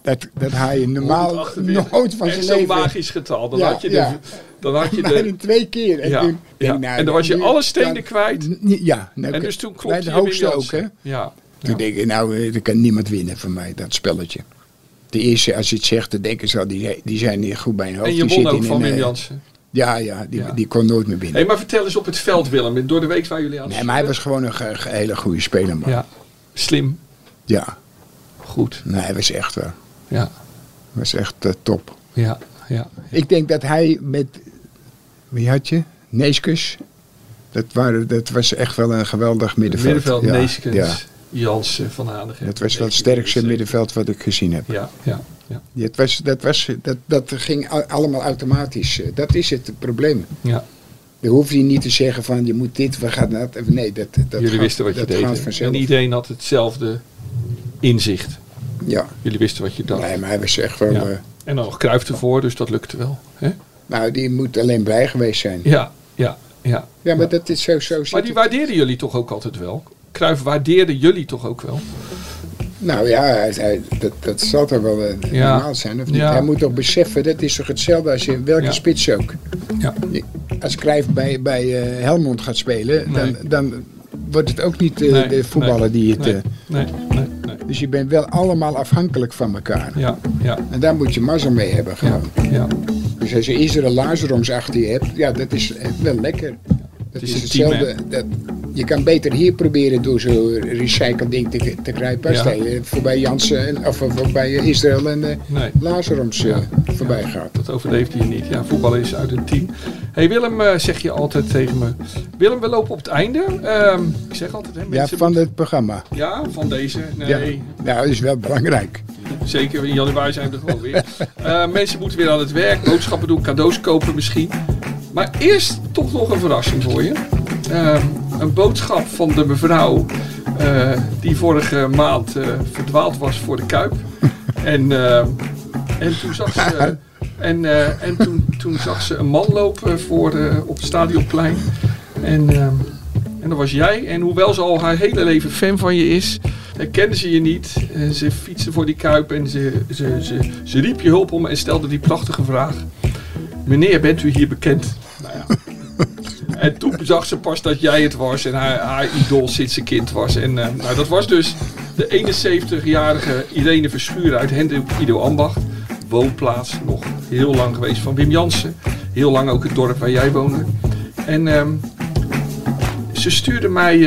Dat haal je normaal nooit van zijn leven. Echt zo'n magisch getal. Dan had je de 2 keer. En, en dan was je alle stenen kwijt. Ja. En dus toen klopte bij de hoogste ook, hè? Ja. Toen denk ik, er kan niemand winnen van mij, dat spelletje. De eerste, als je het zegt, dan denken ze al, die zijn niet goed bij hun hoofd. En je won ook van Wim Jansen. Die kon nooit meer winnen. Hey, maar vertel eens op het veld, Willem. Door de week waar jullie aan Nee, maar hij was gewoon een hele goede speler, man. Ja. Slim. Ja. Goed. Nee, hij was echt wel. Ja. Hij was echt top. Ja. Ik denk dat hij met... Wie had je? Neeskens. Dat was echt wel een geweldig middenveld. Neeskens, Jansen, Van Hanegem. Dat was wel het sterkste middenveld wat ik gezien heb. Ja. Dat ging allemaal automatisch. Dat is het probleem. Ja. Dan hoef je niet te zeggen van je moet dit, we gaan dat. Nee, dat jullie wisten wat je deed. En iedereen had hetzelfde inzicht. Ja. Jullie wisten wat je dacht. Nee, maar hij was echt wel... En dan nog Cruijff ervoor, dus dat lukte wel. Hè? Nou, die moet alleen blij geweest zijn. Ja, maar dat is zo maar die waardeerden jullie toch ook altijd wel? Cruijff waardeerde jullie toch ook wel? Nou ja, dat zal toch wel normaal zijn, of niet? Hij moet toch beseffen, dat is toch hetzelfde als je welke spits ook. Ja. Als Cruijff bij Helmond gaat spelen, dan wordt het ook niet de voetballer die het... Nee. Dus je bent wel allemaal afhankelijk van elkaar. Ja. En daar moet je mazzel mee hebben gewoon. Ja. Dus als je Israël Lazaroms achter je hebt, dat is wel lekker. Dat is hetzelfde. Je kan beter hier proberen door zo'n recycled ding te krijgen. Als je voorbij Jansen of voorbij Israël en Lazaroms voorbij gaat. Dat overleeft hier niet. Ja, voetballen is uit een team. Hey Willem, zeg je altijd tegen me. Willem, we lopen op het einde. Ik zeg altijd... mensen van het programma. Ja, van deze. Nee. Ja, dat is wel belangrijk. Zeker, in januari zijn we er gewoon weer. Mensen moeten weer aan het werk. Boodschappen doen, cadeaus kopen misschien. Maar eerst toch nog een verrassing voor je. Een boodschap van de mevrouw die vorige maand verdwaald was voor de Kuip. En toen zag ze... En toen zag ze een man lopen op het Stadionplein. En dat was jij. En hoewel ze al haar hele leven fan van je is, herkende ze je niet. Ze fietste voor die Kuip en ze riep je hulp om en stelde die prachtige vraag. Meneer, bent u hier bekend? Nou ja. En toen zag ze pas dat jij het was en haar idool sinds ze kind was. En dat was dus de 71-jarige Irene Verschuren uit Hendrik Ido Ambacht. Woonplaats, nog heel lang geweest van Wim Jansen. Heel lang ook het dorp waar jij woonde. En ze stuurde mij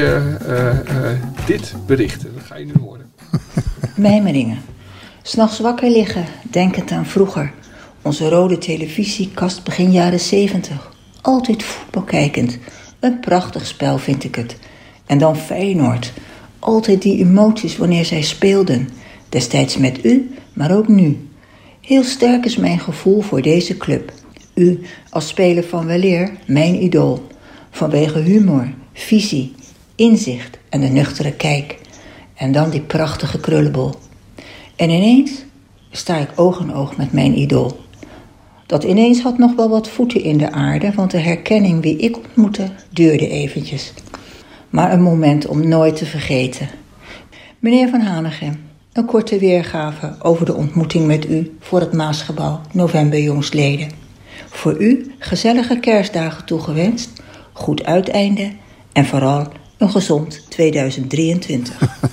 dit bericht. Dat ga je nu horen. Mijmeringen. 's Nachts wakker liggen, denkend aan vroeger. Onze rode televisiekast begin jaren 70. Altijd voetbal kijkend. Een prachtig spel vind ik het. En dan Feyenoord. Altijd die emoties wanneer zij speelden. Destijds met u, maar ook nu. Heel sterk is mijn gevoel voor deze club. U als speler van weleer, mijn idool. Vanwege humor, visie, inzicht en de nuchtere kijk. En dan die prachtige krullenbol. En ineens sta ik oog in oog met mijn idool. Dat ineens had nog wel wat voeten in de aarde, want de herkenning wie ik ontmoette duurde eventjes. Maar een moment om nooit te vergeten. Meneer Van Hanegem, een korte weergave over de ontmoeting met u voor het Maasgebouw, november jongstleden. Voor u gezellige kerstdagen toegewenst, goed uiteinde en vooral een gezond 2023.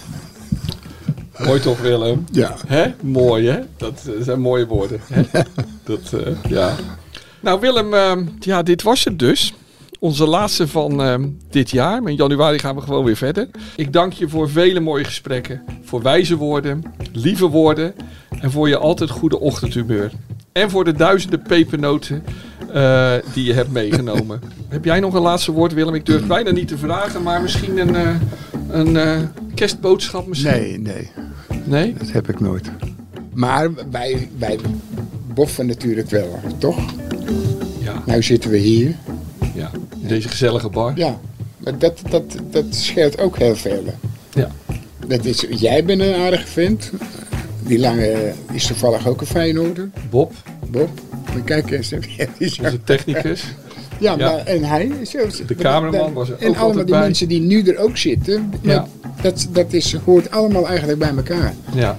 Mooi toch, Willem? Ja. Hè? Mooi, hè? Dat zijn mooie woorden. Hè? Ja. Nou, Willem, dit was het dus. Onze laatste van dit jaar. Maar in januari gaan we gewoon weer verder. Ik dank je voor vele mooie gesprekken. Voor wijze woorden, lieve woorden. En voor je altijd goede ochtendhumeur. En voor de duizenden pepernoten die je hebt meegenomen. Heb jij nog een laatste woord, Willem? Ik durf bijna niet te vragen, maar misschien een kerstboodschap misschien? Nee. Nee? Dat heb ik nooit. Maar wij boffen natuurlijk wel, toch? Ja. Nou zitten we hier. Ja, in deze gezellige bar. Ja, maar dat scheelt ook heel veel. Ja. Jij bent een aardige vent. Die lange is toevallig ook een Feyenoorder. Bob. Maar kijk eens. Dat is een technicus. Ja, maar en hij. De cameraman was er ook en allemaal altijd die bij. mensen die nu er ook zitten. Ja. Dat hoort allemaal eigenlijk bij elkaar. Ja. En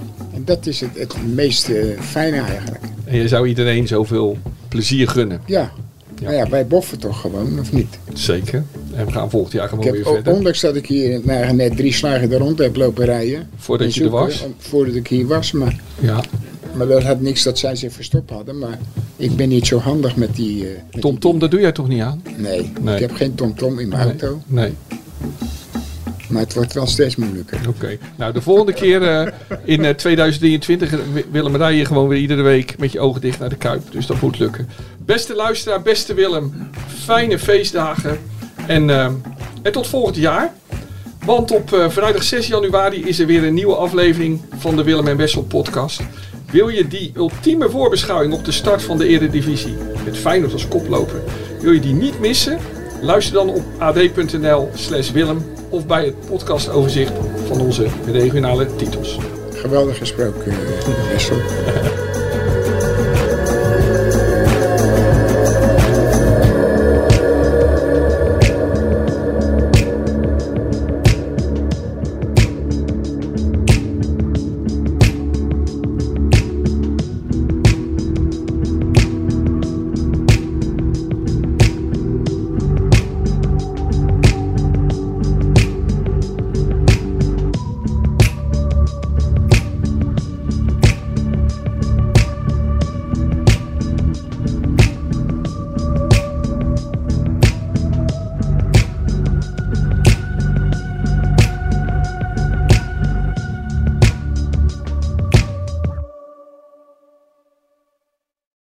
dat is het meest fijne eigenlijk. En je zou iedereen zoveel plezier gunnen. Ja. Nou ja, wij boffen toch gewoon, of niet? Zeker. En we gaan volgend jaar gewoon weer verder. Ondanks dat ik hier net 3 slagen er rond heb lopen rijden. Voordat je er was? Voordat ik hier was, maar... Ja. Maar dat had niks dat zij zich verstopt hadden. Maar ik ben niet zo handig met die... TomTom, dat doe jij toch niet aan? Nee. Ik heb geen TomTom in mijn auto. Nee. Maar het wordt wel steeds moeilijker. Oké. Nou, de volgende keer in 2023, Willem, rij je gewoon weer iedere week met je ogen dicht naar de Kuip. Dus dat moet lukken. Beste luisteraar, beste Willem, fijne feestdagen. En tot volgend jaar. Want op vrijdag 6 januari is er weer een nieuwe aflevering van de Willem en Wessel podcast. Wil je die ultieme voorbeschouwing op de start van de Eredivisie, met Feyenoord als koploper, wil je die niet missen? Luister dan op ad.nl/Willem of bij het podcastoverzicht van onze regionale titels. Geweldig gesproken, Wessel.